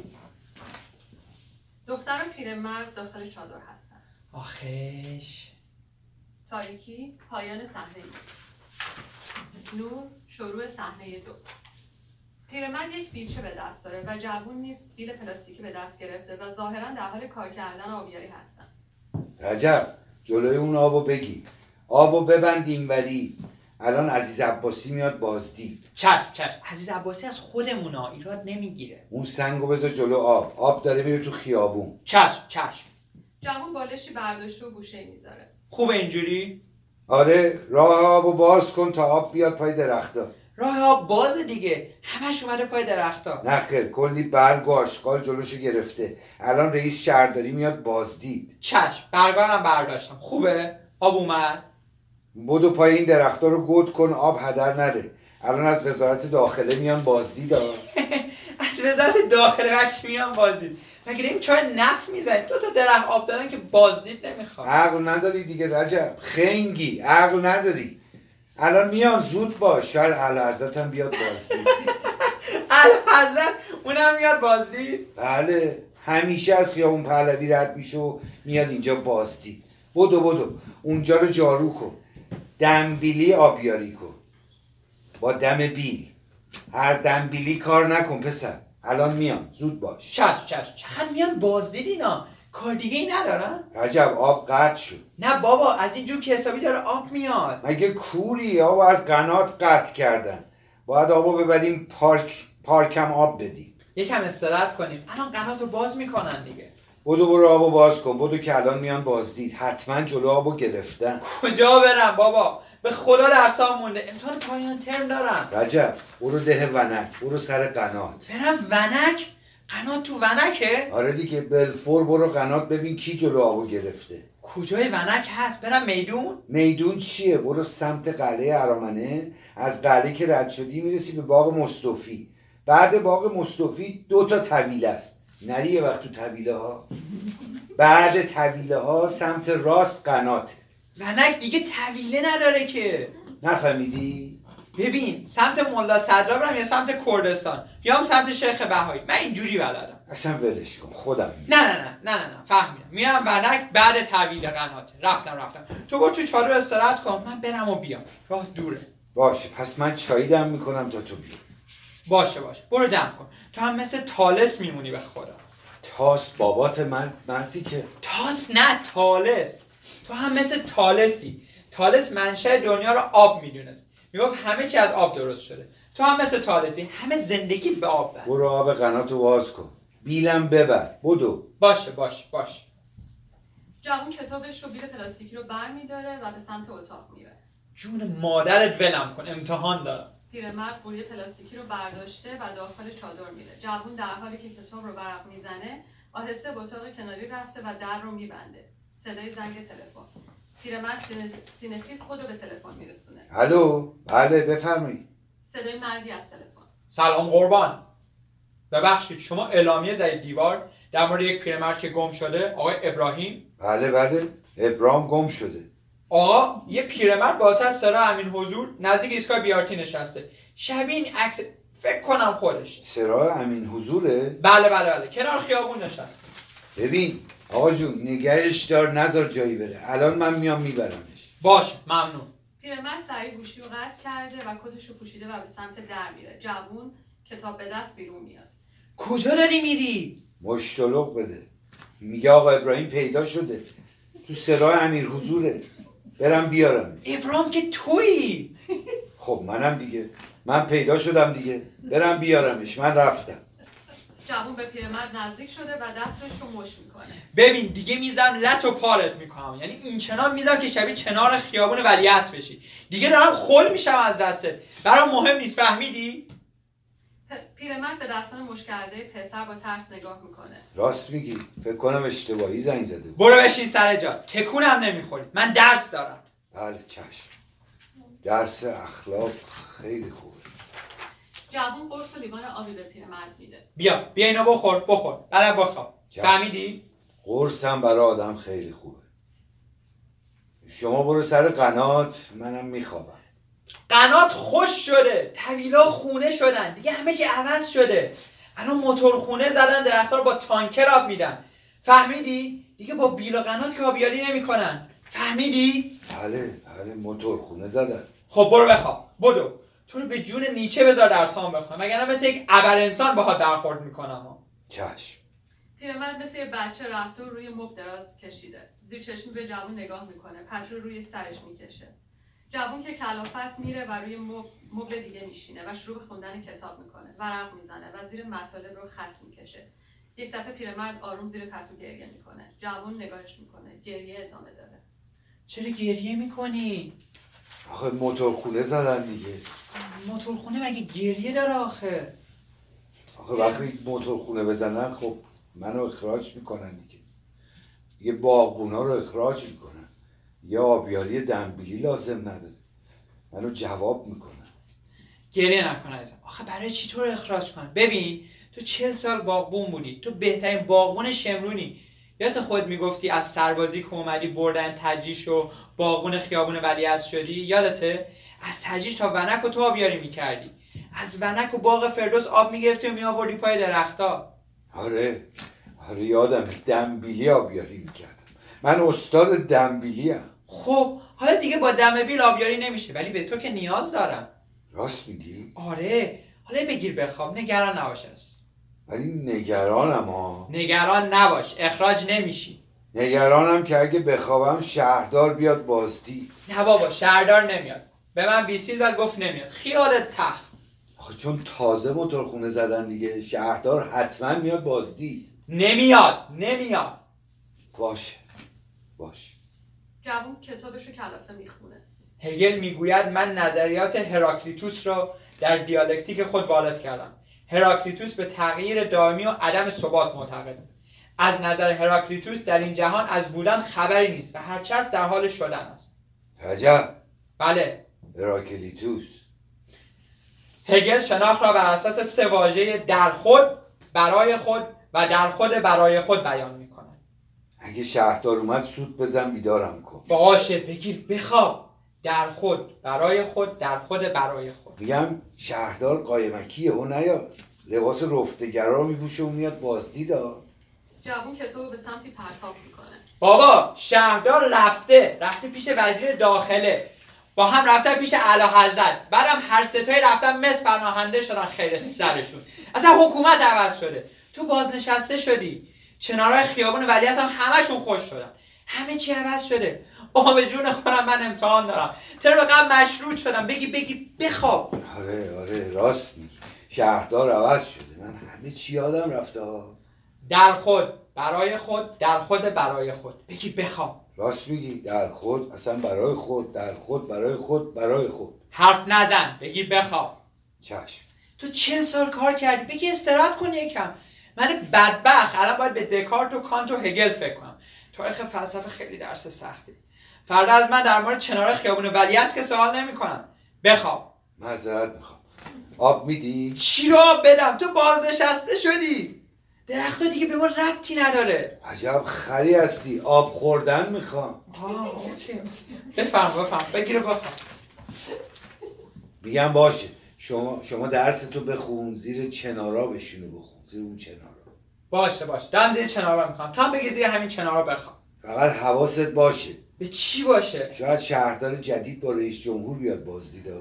[SPEAKER 4] دختر و پیرمرد داخل چادر هستن.
[SPEAKER 1] آخش
[SPEAKER 4] تاریکی پایان صحنه یک. نور شروع صحنه دو. پیرمرد یک بیلچه به دست داره و جوون نیز بیل پلاستیکی به دست گرفته و ظاهرا در حال کار کردن آبیاری هستن.
[SPEAKER 5] رجب جلوی اون آبو بگی، آبو ببندیم ولی الان عزیز عباسی میاد بازدید.
[SPEAKER 1] چشم چشم. عزیز عباسی از خودمونا ایراد نمیگیره.
[SPEAKER 5] اون سنگو بذار جلو آب، آب داره میره تو خیابون.
[SPEAKER 1] چشم چشم.
[SPEAKER 4] جوون بالشی برداشته و گوشه میذاره.
[SPEAKER 1] خوبه اینجوری؟
[SPEAKER 5] آره، راه آبو باز کن تا آب بیاد پای درختا.
[SPEAKER 1] راه آب باز دیگه، همش اومده پای درختا.
[SPEAKER 5] نه خیر، کلی برگ و آشغال جلوشو گرفته. الان رئیس شهرداری میاد بازدید.
[SPEAKER 1] چشم، برگارم برداشتم. خوبه؟ آب اومد؟
[SPEAKER 5] بدو پای این درختا رو گود کن آب هدر نره. الان از وزارت داخله میان بازدید.
[SPEAKER 1] از وزارت داخله بچه میان بازدید؟ مگه این چای نف میزنید؟ دو تا درخت آب دادن که بازدید نمیخواد.
[SPEAKER 5] عقل نداری دیگه رجب، خنگی، عقل نداری. الان میان، زود باش، شاید اعلیحضرت هم بیاد بازدید.
[SPEAKER 1] اعلیحضرت اونم میاد بازدید؟
[SPEAKER 5] بله، همیشه از خیابون پهلوی رد میشه و میاد اینجا بازدید. بدو بدو اونجا رو جارو کن، دنبیلی آبیاری کن با دم بیل. هر دنبیلی کار نکن پسر. الان میان، زود باش.
[SPEAKER 1] چشم چشم. چقدر میان بازدید اینا؟ کار دیگه ای ندارن؟
[SPEAKER 5] رجب آب قطع شد.
[SPEAKER 1] نه بابا، از اینجور که حسابی داره آب میاد.
[SPEAKER 5] مگه کوری؟ آب از قنات قطع کردن. باید آبو ببریم پارک، پارکم آب بدیم.
[SPEAKER 1] یکم استراحت کنیم. الان قنات رو باز میکنن دیگه.
[SPEAKER 5] بدو برو آبو باز کن. بدو که الان میان بازدید. حتما جلو آبو گرفتن.
[SPEAKER 1] کجا برم بابا؟ به خدا درسام مونده. امتحان پایان ترم دارم.
[SPEAKER 5] رجب برو ده ونک، برو سر قنات.
[SPEAKER 1] برم ونک؟ قنات تو ونکه؟
[SPEAKER 5] آره دیگه، بلفور برو قنات ببین کی جلو آبو گرفته.
[SPEAKER 1] کجای ونک هست؟ برم میدون؟
[SPEAKER 5] میدون چیه؟ برو سمت قلعه ارامنه. از قلعه که رد شدی میرسی به باغ مصطفی. بعد باغ مصطفی دو تا طویله است. نری یه وقت تو طویله ها. بعد طویله ها سمت راست قناته.
[SPEAKER 1] ونک دیگه طویله نداره که.
[SPEAKER 5] نفهمیدی؟
[SPEAKER 1] ببین، سمت ملا صدرا برم یا سمت کردستان یا هم سمت شیخ بهایی؟ من اینجوری بلدم.
[SPEAKER 5] اصلا ولش کن، خودم
[SPEAKER 1] نه نه نه نه نه نه فهمیدم. میرم ونک بعد طویله قناته. رفتم رفتم. تو برو تو چادر استراحت کن، من برم و بیام. راه دوره.
[SPEAKER 5] باشه، پس من چایی دم میکنم تا تو بیا.
[SPEAKER 1] باشه باشه، برو دم کن. تو هم مثل تالس میمونی به خدا.
[SPEAKER 5] تاس بابات مرد مردی که.
[SPEAKER 1] تاس نه، تالس. تو هم مثل تالسی. تالس منشأ دنیا رو آب میدونست. میگفت همه چی از آب درست شده. تو هم مثل تالسی، همه زندگی به آب بند.
[SPEAKER 5] برو آب قناتو باز کن. بیلم ببر. بدو.
[SPEAKER 1] باشه باشه باشه.
[SPEAKER 4] جوون کتابش رو بیل پلاستیکی رو بر میداره و به سمت اتاق میره.
[SPEAKER 1] جون مادرت ولم کن، امتحان دارم.
[SPEAKER 4] پیرمرد قوری پلاستیکی رو برداشته و داخل چادر میره. جوون در حالی که کتاب رو ورق میزنه آهسته به اتاق کناری رفته و در رو میبنده. صدای زنگ تلفن. پیرمرد سینه‌خیز خود رو به تلفن میرسونه.
[SPEAKER 5] الو، بله بفرمایید.
[SPEAKER 4] صدای مردی از تلفن.
[SPEAKER 1] سلام قربان. ببخشید شما اعلامیه زدید دیوار در مورد یک پیرمرد که گم شده، آقای ابراهیم؟
[SPEAKER 5] بله بله، ابراهیم گم شده.
[SPEAKER 1] آقا یه پیرمرد با آتش سرا امین حضور نزدیک ایستگاه بیارتی نشسته. شبیه این عکس فکر کنم خودش.
[SPEAKER 5] سرای امین حضوره؟
[SPEAKER 1] بله بله بله، کنار خیابون نشسته.
[SPEAKER 5] ببین آقا جون، نگهش دار، نذار جایی بره. الان من میام میبرمش.
[SPEAKER 1] باشه ممنون.
[SPEAKER 4] پیرمرد سریع گوشی رو قطع کرده و کتش رو پوشیده و به سمت در میره. جوون کتاب به دست بیرون میاد.
[SPEAKER 1] کجا داری میری؟
[SPEAKER 5] مشتلق بده. میگه آقا ابراهیم پیدا شده، تو سرای امیر حضوره، برم بیارم.
[SPEAKER 1] ابراهیم که تویی.
[SPEAKER 5] خب منم دیگه، من پیدا شدم دیگه، برم بیارمش. من رفتم.
[SPEAKER 4] جوون به پیرمرد نزدیک شده و دستش رو مش میکنه.
[SPEAKER 1] ببین دیگه میزم لط و پارت میکنم، یعنی این چنان میزم که شبیه چنار خیابون ولیعصر بشی. دیگه دارم خل میشم از دستت، برام مهم نیست، فهمیدی؟
[SPEAKER 4] پیرمرد به دستان مش کرده پسر با ترس نگاه میکنه.
[SPEAKER 5] راست میگی، فکر کنم اشتباهی زنگ زده بود.
[SPEAKER 1] برو بشین سر جا، تکونم نمیخوری، من درس دارم.
[SPEAKER 5] بله چشم. درس اخلاق خیلی خوبه.
[SPEAKER 4] جوون قرص و لیوان آبی به پیرمرد میده.
[SPEAKER 1] بیا بیا اینو بخور بخور بعد بخواب. فهمیدی؟
[SPEAKER 5] قرص هم برای آدم خیلی خوبه. شما برو سر قنات، منم میخوابم.
[SPEAKER 1] قنات خوش شده، طویلا خونه شدن دیگه، همه چی عوض شده. الان موتور خونه زدن، درخت‌ها رو با تانکر آب میدن. فهمیدی؟ دیگه با بیل و قنات که آبیاری نمیکنن. فهمیدی؟
[SPEAKER 5] بله بله، موتور خونه زدن.
[SPEAKER 1] خب برو بخواب. بدو. تو رو به جون نیچه بذار درسام بخونم، مگر نه مثل یک ابر انسان باهات برخورد میکنم.
[SPEAKER 5] چشم.
[SPEAKER 4] پیرمرد مثل یه بچه رفته و روی مبل دراز کشیده. زیر چشمی به جوون نگاه میکنه. پتو رو روی سرش میکشه. جوون که کلافه است میره و روی مبل دیگه میشینه و شروع به خوندن کتاب میکنه. ورق میزنه و زیر مطالب رو خط میکشه. یک دفعه پیرمرد آروم زیر پتو گریه میکنه. جوون نگاهش میکنه. گریه ادامه داره.
[SPEAKER 7] چرا گریه میکنی؟
[SPEAKER 5] آخه موتورخونه زدن دیگه.
[SPEAKER 7] موتورخونه مگه گریه داره آخه؟
[SPEAKER 5] آخه وقتی موتورخونه بزنن خب منو اخراج میکنن دیگه. یه باغبونا رو اخراج میکنن. یه آبیاری دنبیلی لازم نداره. منو جواب میکنن.
[SPEAKER 7] گریه نکن عزیزم. آخه برای چی تو رو اخراج کنن؟ ببین تو چهل سال باغبون بودی، تو بهترین باغبون شمرونی. یادت خود میگفتی از سربازی که اومدی بردن تجریش و باغبون خیابون ولیعصر شدی؟ یادته؟ از تجریش تا ونک و تو آبیاری میکردی، از ونک و باغ فردوس آب میگرفتی و میآوردی پای درختا.
[SPEAKER 5] آره آره یادمه، دنبیلی آبیاری میکردم. من استاد دنبیلی ام.
[SPEAKER 7] خب حالا دیگه با دم بیل آبیاری نمیشه، ولی به تو که نیاز دارم.
[SPEAKER 5] راست میگی؟
[SPEAKER 7] آره حالا بگیر بخواب، نگران نباش عزیز.
[SPEAKER 5] ولی نگرانم ها.
[SPEAKER 7] نگران نباش، اخراج نمیشی.
[SPEAKER 5] نگرانم که اگه بخوابم شهردار بیاد بازدید.
[SPEAKER 7] نه بابا شهردار نمیاد. به من بیسیل داد گفت نمیاد. خیالت تخت.
[SPEAKER 5] آخه چون تازه موتورخونه زدن دیگه، شهردار حتما میاد بازدید.
[SPEAKER 7] نمیاد نمیاد.
[SPEAKER 5] باشه باشه.
[SPEAKER 4] جوون کتابشو کلافه میخونه.
[SPEAKER 7] هگل میگوید من نظریات هراکلیتوس را در دیالکتیک خود وارد کردم. هراکلیتوس به تغییر دائمی و عدم ثبات معتقد. از نظر هراکلیتوس در این جهان از بودن خبری نیست و هرچه است در حال شدن است.
[SPEAKER 5] عجب.
[SPEAKER 7] بله.
[SPEAKER 5] هراکلیتوس.
[SPEAKER 7] هگل شناخت را بر اساس سه واژه در خود، برای خود و در خود برای خود بیان می‌کند.
[SPEAKER 5] اگه شهردار اومد سود بزن بیدارم کن.
[SPEAKER 7] باشه بگیر بخواب. در خود برای خود، در خود برای خود.
[SPEAKER 5] میگم شهردار قایمکیه و نیاد لباس رفتگرا میپوشه و میاد بازدیدا.
[SPEAKER 4] جوون کتابو به سمتی پرتاب میکنه.
[SPEAKER 7] بابا شهردار رفته رفته پیش وزیر داخله، با هم رفتن پیش اعلیحضرت، بعدم هر ستایی رفتن مس پناهنده شدن خیر سرشون. اصلا حکومت عوض شده، تو بازنشسته شدی. چنارای خیابون ولیعصر هم همشون خوش شدن، همه چی عوض شده. آب جون خودم من امتحان دارم، ترم قبل مشروط شدم. بگی بگی بخواب.
[SPEAKER 5] آره آره راست میگی، شهردار عوض شده. من همه چی یادم رفته ها.
[SPEAKER 7] در خود برای خود، در خود برای خود. بگی بخواب.
[SPEAKER 5] راست میگی، در خود اصلا برای خود، در خود برای خود برای خود.
[SPEAKER 7] حرف نزن، بگی بخواب.
[SPEAKER 5] چشم.
[SPEAKER 7] تو چهل سال کار کردی، بگی استراحت کن یکم. من بدبخت الان باید به دکارت و کانت و هگل فکر کنم. تاریخ فلسفه خیلی درس سختی. فردا از من در مورد چنار خیابون ولیعصر که سوال نمی‌کنم. بخواب.
[SPEAKER 5] معذرت میخوام. آب میدی؟
[SPEAKER 7] چی رو آب بدم؟ تو بازنشسته شدی. درخت‌ها دیگه به ما ربطی نداره.
[SPEAKER 5] عجب خری هستی. آب خوردن میخوام.
[SPEAKER 7] آه اوکی. بفرم بفرم. بگیر بخواب.
[SPEAKER 5] میگم باشه. شما شما درستو بخون، زیر چنارا بشین و بخون. زیر اون چنارا.
[SPEAKER 7] باشه باشه. دم زیر چنارا میخوام. تا بگی زیر همین چنارا بخواب.
[SPEAKER 5] فقط حواست باشه.
[SPEAKER 7] به چی باشه؟
[SPEAKER 5] شاید شهردار جدید با رئیس جمهور بیاد بازدیدا.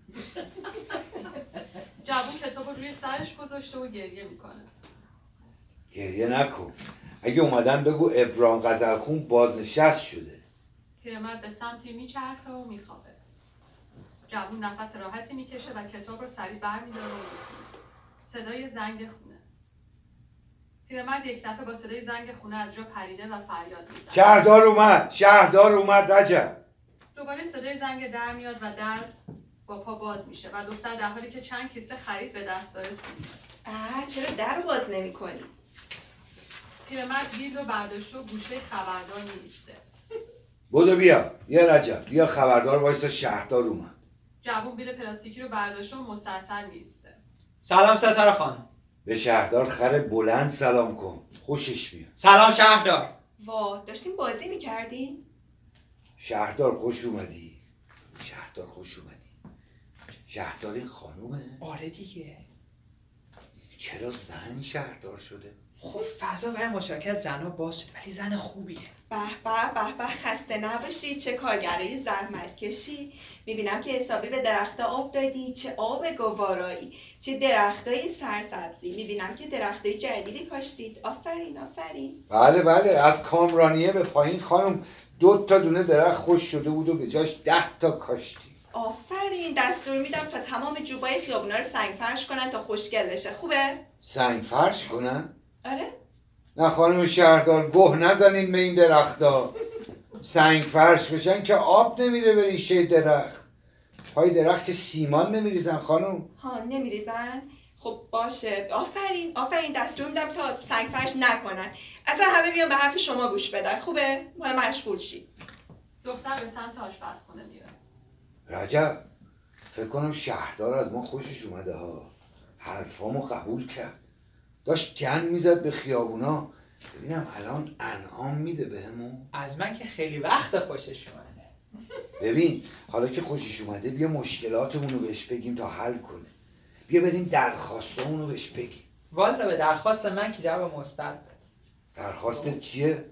[SPEAKER 4] جوون کتابو روی سرش گذاشته و گریه میکنه.
[SPEAKER 5] گریه نکن. اگه اومدن بگو ابراهیم غزلخون بازنشست شده.
[SPEAKER 4] پیرمرد به سمتی میچرخه و میخوابه. جوون نفس راحتی میکشه و کتاب رو سریع برمیداره و میخونه. صدای زنگ خونه. پیرمرد یک دفعه با صدای زنگ خونه از جا پریده و فریاد میزنه.
[SPEAKER 5] شهردار اومد، شهردار اومد رجب.
[SPEAKER 4] دوباره صدای زنگ در میاد و در با پا باز میشه و دختر در حالی که چند کیسه خرید به دست داره تو میاد.
[SPEAKER 6] آه چرا در رو باز نمی کنی؟
[SPEAKER 4] پیرمرد بیل رو برداشته و گوشه خبردار میایسته.
[SPEAKER 5] بدو بیا، بیا رجب، بیا خبردار وایسا شهردار اومد.
[SPEAKER 4] جوون بیل پلاستیکی رو برداشته و مستعصل میایسته.
[SPEAKER 7] سلام ستاره خانم.
[SPEAKER 5] به شهردار خر بلند سلام کن، خوشش میاد.
[SPEAKER 7] سلام شهردار.
[SPEAKER 6] وا داشتیم بازی میکردی؟
[SPEAKER 5] شهردار خوش اومدی. شهردار خوش اومدی. شهردار این خانومه؟
[SPEAKER 7] آره دیگه.
[SPEAKER 5] چرا زن شهردار شده؟
[SPEAKER 7] خب فضا برای مشارکت زنها باز شد، ولی زن خوبیه.
[SPEAKER 6] به به به به خسته نباشی، چه کارگرای زحمت کشی. میبینم که حسابی به درختا آب دادی، چه آب گوارایی، چه درختای سرسبزی. میبینم که درختای جدیدی کاشتید. آفرین آفرین.
[SPEAKER 5] بله بله، از کامرانیه به پایین خانم دو تا دونه درخت خوش شده بود و به جاش ده تا کاشتیم.
[SPEAKER 6] آفرین، دستور میدم تا تمام جوبای خیابونا رو سنگ فرش کنن تا خوشگل بشه. خوبه؟
[SPEAKER 5] سنگ فرش کنن؟
[SPEAKER 6] آره؟
[SPEAKER 5] نه خانم شهردار، گه نزنین به این درختا. سنگ فرش بشن که آب نمیره به ریشه درخت. پای درخت که سیمان نمیریزن خانم.
[SPEAKER 6] ها نمیریزن؟ خب باشه، آفرین آفرین، دستور میدم تا سنگ فرش نکنن. اصلا همه بیان به حرف شما گوش بدن. خوبه؟ حالا مشغول شید.
[SPEAKER 4] دختر به سمت آشپزخونه میره.
[SPEAKER 5] رجب، فکر کنم شهردار از ما خوشش اومده ها. حرفامو قبول کرد. داشت گند میزد به خیابونا. ببینم الان انعام میده بهمون.
[SPEAKER 7] از من که خیلی وقت خوشش اومده.
[SPEAKER 5] ببین حالا که خوشش اومده بیا مشکلاتمون رو بهش بگیم تا حل کنه. بیا بریم درخواستمون رو بهش بگیم.
[SPEAKER 7] والا به درخواست من که جواب مثبت بده.
[SPEAKER 5] درخواستت چیه؟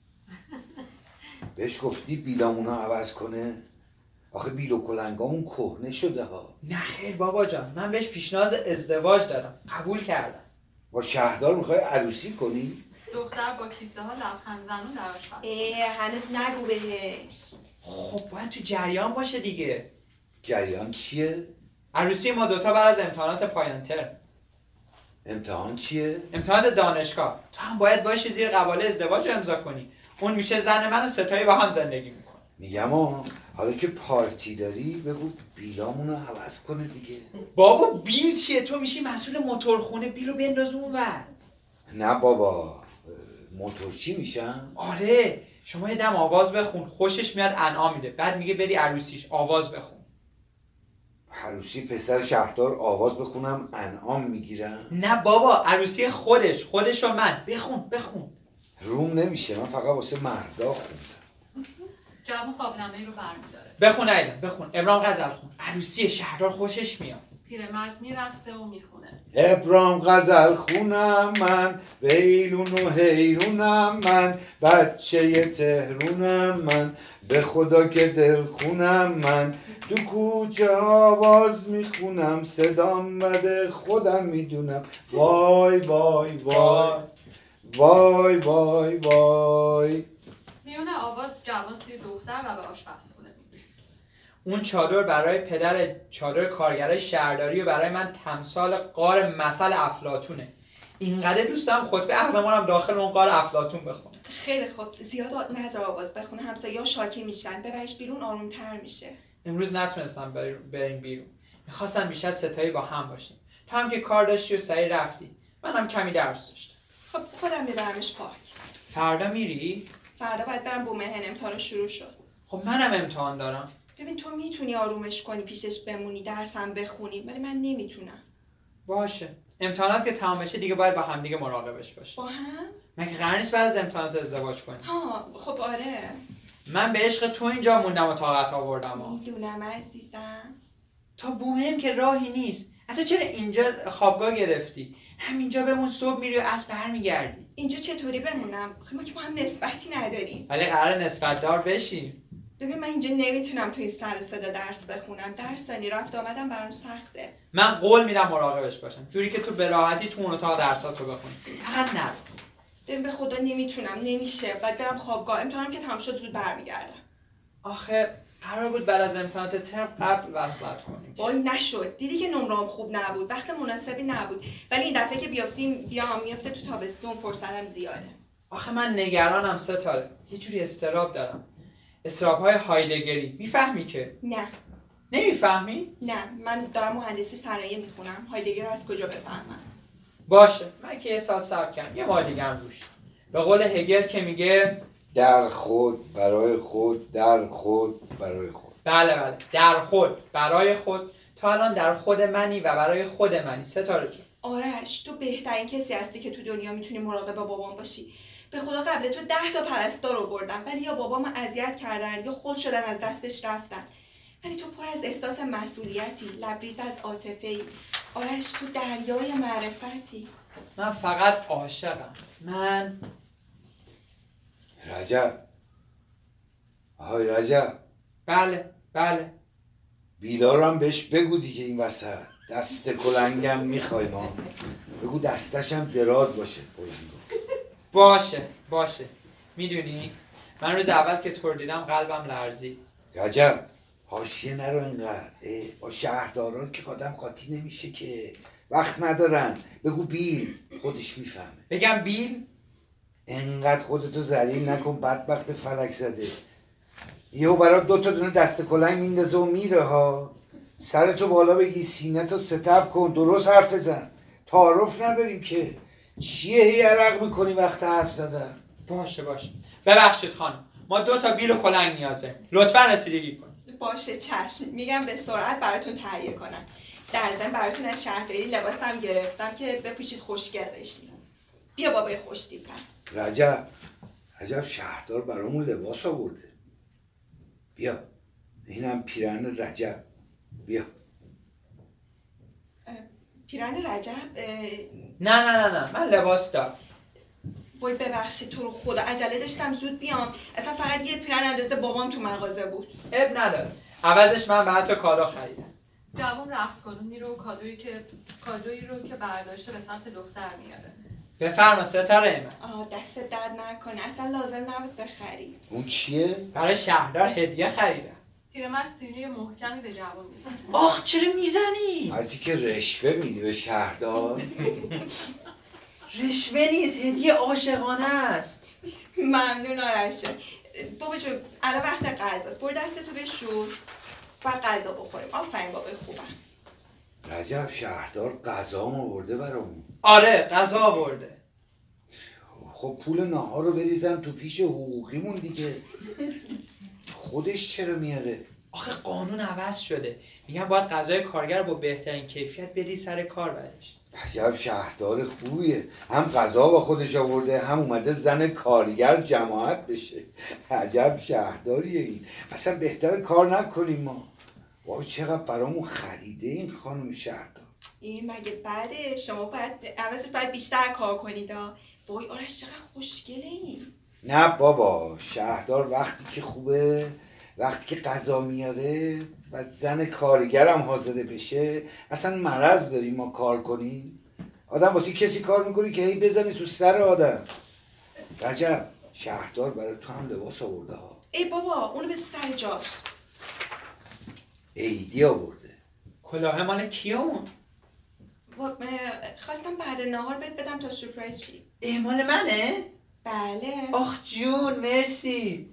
[SPEAKER 5] بهش گفتی بیلامونو عوض کنه؟ آخه بیل و کلنگامون کهنه شده ها.
[SPEAKER 7] نه خیر بابا جان، من بهش پیشنهاد ازدواج دادم، قبول کردم.
[SPEAKER 5] با شهردار میخوای عروسی کنی؟
[SPEAKER 4] دختر با کیسه ها لبخند زنون در آشپزخونه.
[SPEAKER 6] اه هنوز نگو بهش.
[SPEAKER 7] خب باید تو جریان باشه دیگه.
[SPEAKER 5] جریان چیه؟
[SPEAKER 7] عروسی ما دوتا بعد از امتحانات پایان ترم.
[SPEAKER 5] امتحان چیه؟
[SPEAKER 7] امتحانات دانشگاه. تو هم باید باشی زیر قباله ازدواج رو امضا کنی. اون میشه زن من و ستایی با هم زندگی میکنه.
[SPEAKER 5] میگم ها حالا که پارتی داری بگو بیلامونو عوض کنه دیگه.
[SPEAKER 7] بابا بیل چیه؟ تو میشی مسئول موتورخونه، بیلو بنداز اونور.
[SPEAKER 5] نه بابا، موتورچی میشم؟
[SPEAKER 7] آره، شما یه دم آواز بخون، خوشش میاد انعام میده، بعد میگه بری عروسیش آواز بخون.
[SPEAKER 5] عروسی پسر شهردار آواز بخونم انعام میگیرم؟
[SPEAKER 7] نه بابا، عروسی خودش خودش و من. بخون بخون.
[SPEAKER 5] روم نمیشه، من فقط واسه مردا خوندم.
[SPEAKER 4] جوون قابلمه‌ای رو برمی‌داره.
[SPEAKER 7] بخون عزیزم بخون. ابرام غزل خون. عروسی شهردار خوشش میاد.
[SPEAKER 4] پیرمرد میرقصه و میخونه.
[SPEAKER 5] ابرام غزل خونم من، ویلون و حیرونم من، بچه تهرونم من، به خدا که دل خونم من، تو کوچه آواز میخونم، صدام بده خودم میدونم، وای وای وای وای وای وای.
[SPEAKER 4] میونه آواز جوان سوی دختر و به آشپزخونه میره.
[SPEAKER 7] اون چادر برای پدر چادر کارگرای شهرداری و برای من تمثال غار مثل افلاطونه. اینقدر دوستم خطبه عقدمانم داخل اون غار افلاطون بخونه.
[SPEAKER 6] خیلی خوب، زیاد نظر آواز بخونه، همسایه‌ها شاکی میشن. ببرش بیرون آرومتر میشه.
[SPEAKER 7] امروز نتونستم بریم بیرون. میخواستم بیشتر ستایی با هم باشیم. تو هم که کار داشتی و سریع رفتی. منم کمی درس داشتم.
[SPEAKER 6] خب خودم میبرمش پارک.
[SPEAKER 7] فردا میری؟
[SPEAKER 6] فردا باید برم بومهن، امتحان شروع شد.
[SPEAKER 7] خب منم امتحان دارم.
[SPEAKER 6] ببین تو میتونی آرومش کنی، پیشش بمونی، درسم بخونی، ولی من نمیتونم.
[SPEAKER 7] باشه. امتحانات که تمام بشه دیگه باید با هم دیگه مراقبش باشیم.
[SPEAKER 6] با هم؟
[SPEAKER 7] مگه قرار نیست بعد از امتحانات ازدواج کنیم؟
[SPEAKER 6] ها خب آره.
[SPEAKER 7] من به عشق تو اینجا موندم و طاقت آوردم.
[SPEAKER 6] میدونم عزیزم.
[SPEAKER 7] تا بومهن که راهی نیست. اصلا چرا اینجا خوابگاه گرفتی؟ همینجا بمون، صبح میری و عصر برمیگردی.
[SPEAKER 6] اینجا چطوری بمونم؟ ما که با هم نسبتی نداریم.
[SPEAKER 7] ولی قرار نسبت دار بشیم.
[SPEAKER 6] ببین من اینجا نمیتونم توی سر و صدا درس بخونم. درسانی رفت آمدم برام سخته.
[SPEAKER 7] من قول میدم مراقبش باشم، جوری که تو به راحتی تو اون اتاق درساتو بخونی. فقط نرو.
[SPEAKER 6] ببین به خدا نمیتونم، نمیشه. باید برم خوابگاه. امتحانم که تمام شد زود برمیگردم.
[SPEAKER 7] آخه قرار بود بعد از امتحانات ترم قبل وصلت کنیم.
[SPEAKER 6] وای نشد. دیدی که نمره‌ام خوب نبود، وقت مناسبی نبود. ولی این دفعه که بیافتیم بیام میافته تو تابستون، فرصتم زیاده.
[SPEAKER 7] آخه من نگرانم ستاره. یه جوری استراب دارم. استراب‌های هایدگری. میفهمی که؟
[SPEAKER 6] نه.
[SPEAKER 7] نمیفهمی؟
[SPEAKER 6] نه، من دارم مهندسی صنایع میخونم. هایدگر رو از کجا بفهمم؟
[SPEAKER 7] باشه. من که یه سال صبر کردم. یه ماه دیگه هم روش. به قول هگل که میگه
[SPEAKER 5] در خود برای خود، در خود برای خود.
[SPEAKER 7] بله بله، در خود برای خود. تا الان در خود منی و برای خود منی ستاره جون.
[SPEAKER 6] آرش تو بهترین کسی هستی که تو دنیا میتونی مراقب بابام باشی. به خدا قبل تو ده تا پرستار آوردم، ولی یا بابامو اذیت کردن یا خل شدن از دستش رفتن. ولی تو پر از احساس مسئولیتی، لبریز از عاطفه‌ای. آرش تو دریای معرفتی.
[SPEAKER 7] من فقط عاشقم. من
[SPEAKER 5] رجب، آهای رجب.
[SPEAKER 7] بله بله.
[SPEAKER 5] بیلا رو هم بهش بگو دیگه این وسط. دست کلنگم میخوای ما. بگو دستش هم دراز باشه کلنگم.
[SPEAKER 7] باشه باشه. میدونی من روز اول که تو رو دیدم قلبم لرزید.
[SPEAKER 5] رجب حاشیه نرو اینقدر. با شهرداران که آدم قاطی نمیشه که، وقت ندارن. بگو بیل، خودش میفهمه.
[SPEAKER 7] بگم بیل؟
[SPEAKER 5] انقدر خودتو ذلیل نکن بدبخت فلک زده. یهو برات دو تا دونه دست کلنگ میندازه و میره ها. سرتو بالا بگی، سینه‌تو ستب کن، درست حرف بزن. تعارف نداریم که. چیه هی عرق میکنی وقت حرف زدن؟
[SPEAKER 7] باشه باشه ببخشید خانم، ما دو تا بیل و کلنگ نیازه، لطفا رسیدگی کن.
[SPEAKER 6] باشه چشم، میگم به سرعت براتون تهیه کنم. در ضمن براتون از شهرداری لباس هم گرفتم که بپوشید خوشگل بشید. بیا بابای خوشتیپم.
[SPEAKER 5] رجب رجب شهردار برامون لباس آورده. بیا اینم پیرهن رجب. بیا.
[SPEAKER 6] پیرهن رجب؟
[SPEAKER 7] نه نه نه نه من لباس دارم.
[SPEAKER 6] وای ببخشید تو رو خدا، عجله داشتم زود بیام. اصلا فقط یه پیرهن اندازه بابام تو مغازه بود.
[SPEAKER 7] اب نداره، عوضش من برات تو کادو خریدم.
[SPEAKER 4] جوان رقص کنونی رو کادویی که کادویی رو که برداشته به سمت دختر میاره.
[SPEAKER 7] بفرما ستاره من.
[SPEAKER 6] آه دست درد نکنه، اصلا لازم نبود بخری.
[SPEAKER 5] اون چیه؟
[SPEAKER 7] برای شهردار هدیه خریدم.
[SPEAKER 4] پیرمرد سیلی محکمی به جوان میزنه.
[SPEAKER 7] آخ چرا میزنی؟
[SPEAKER 5] مردی که رشوه میدی به شهردار.
[SPEAKER 7] رشوه نیست، هدیه عاشقانه است.
[SPEAKER 6] ممنون آرش. بابا جون الان وقت غذاست، برو دستتو بشور و غذا بخوریم. آفرین بابای خوبم.
[SPEAKER 5] رجب شهردار غذا آورده برامون.
[SPEAKER 7] آره غذا آورده.
[SPEAKER 5] خب پول ناهار رو بریزن تو فیش حقوقیمون دیگه. خودش چرا میاره؟
[SPEAKER 7] آخه قانون عوض شده، میگن باید غذای کارگر با بهترین کیفیت بری سر کار برش.
[SPEAKER 5] عجب شهردار خوبیه، هم غذا با خودش آورده، هم اومده زن کارگر جماعت بشه. عجب شهرداریه این. اصلا بهتر کار نکنیم ما. وای چقدر برامون خریده این خانم شهردار.
[SPEAKER 6] این مگه بعده؟ شما باید عوضش باید بیشتر کار کنید. وای آرش چقدر خوشگله این.
[SPEAKER 5] نه بابا، شهردار وقتی که خوبه، وقتی که غذا میاره و زن کارگرم حاضر بشه، اصلا مرض داریم ما کار کنیم؟ آدم واسه کسی کار میکنی که هی بزنی تو سر آدم. رجب شهردار برای تو هم لباس آورده ها.
[SPEAKER 6] ای بابا اونو به سر جاش.
[SPEAKER 5] عیدی آورده.
[SPEAKER 7] کلاه مال کیه اون؟
[SPEAKER 6] خواستم بعد نهار بهت بدم تا سورپرایز شی.
[SPEAKER 7] ای مال منه؟
[SPEAKER 6] بله.
[SPEAKER 7] آخ جون مرسی.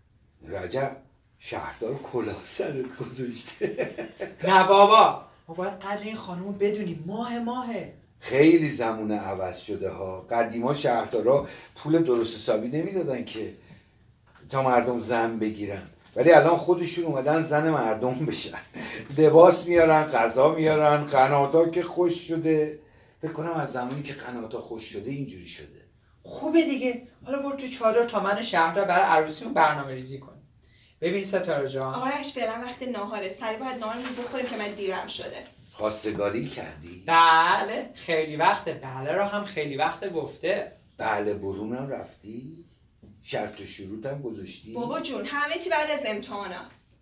[SPEAKER 5] رجب شهردار کلاه سرت گذاشته.
[SPEAKER 7] نه بابا، ما باید قدر این خانومو بدونیم، ماه ماهه.
[SPEAKER 5] خیلی زمونه عوض شده ها. قدیما شهردارا پول درست حسابی نمیدادن که تا مردم زن بگیرن، ولی الان خودشون اومدن زن مردم بشن. لباس میارن، غذا میارن، قناتا که خوش شده. فکر کنم از زمانی که قناتا خوش شده اینجوری شده.
[SPEAKER 7] خوبه دیگه، حالا برو تو چادر تا من شهردار برای عروسیمون برنامه ریزی کنیم. ببین ستاره جان،
[SPEAKER 6] آرش فعلا وقت ناهاره، سریع باید ناهارمون بخوریم که من دیرم شده.
[SPEAKER 5] خواستگاری کردی؟
[SPEAKER 7] بله خیلی وقته. بله رو هم خیلی وقته گفته.
[SPEAKER 5] بله برونم رفتی؟ شرط و شروطم گذاشتی؟
[SPEAKER 6] بابا جون همه چی بعد از امتحانا.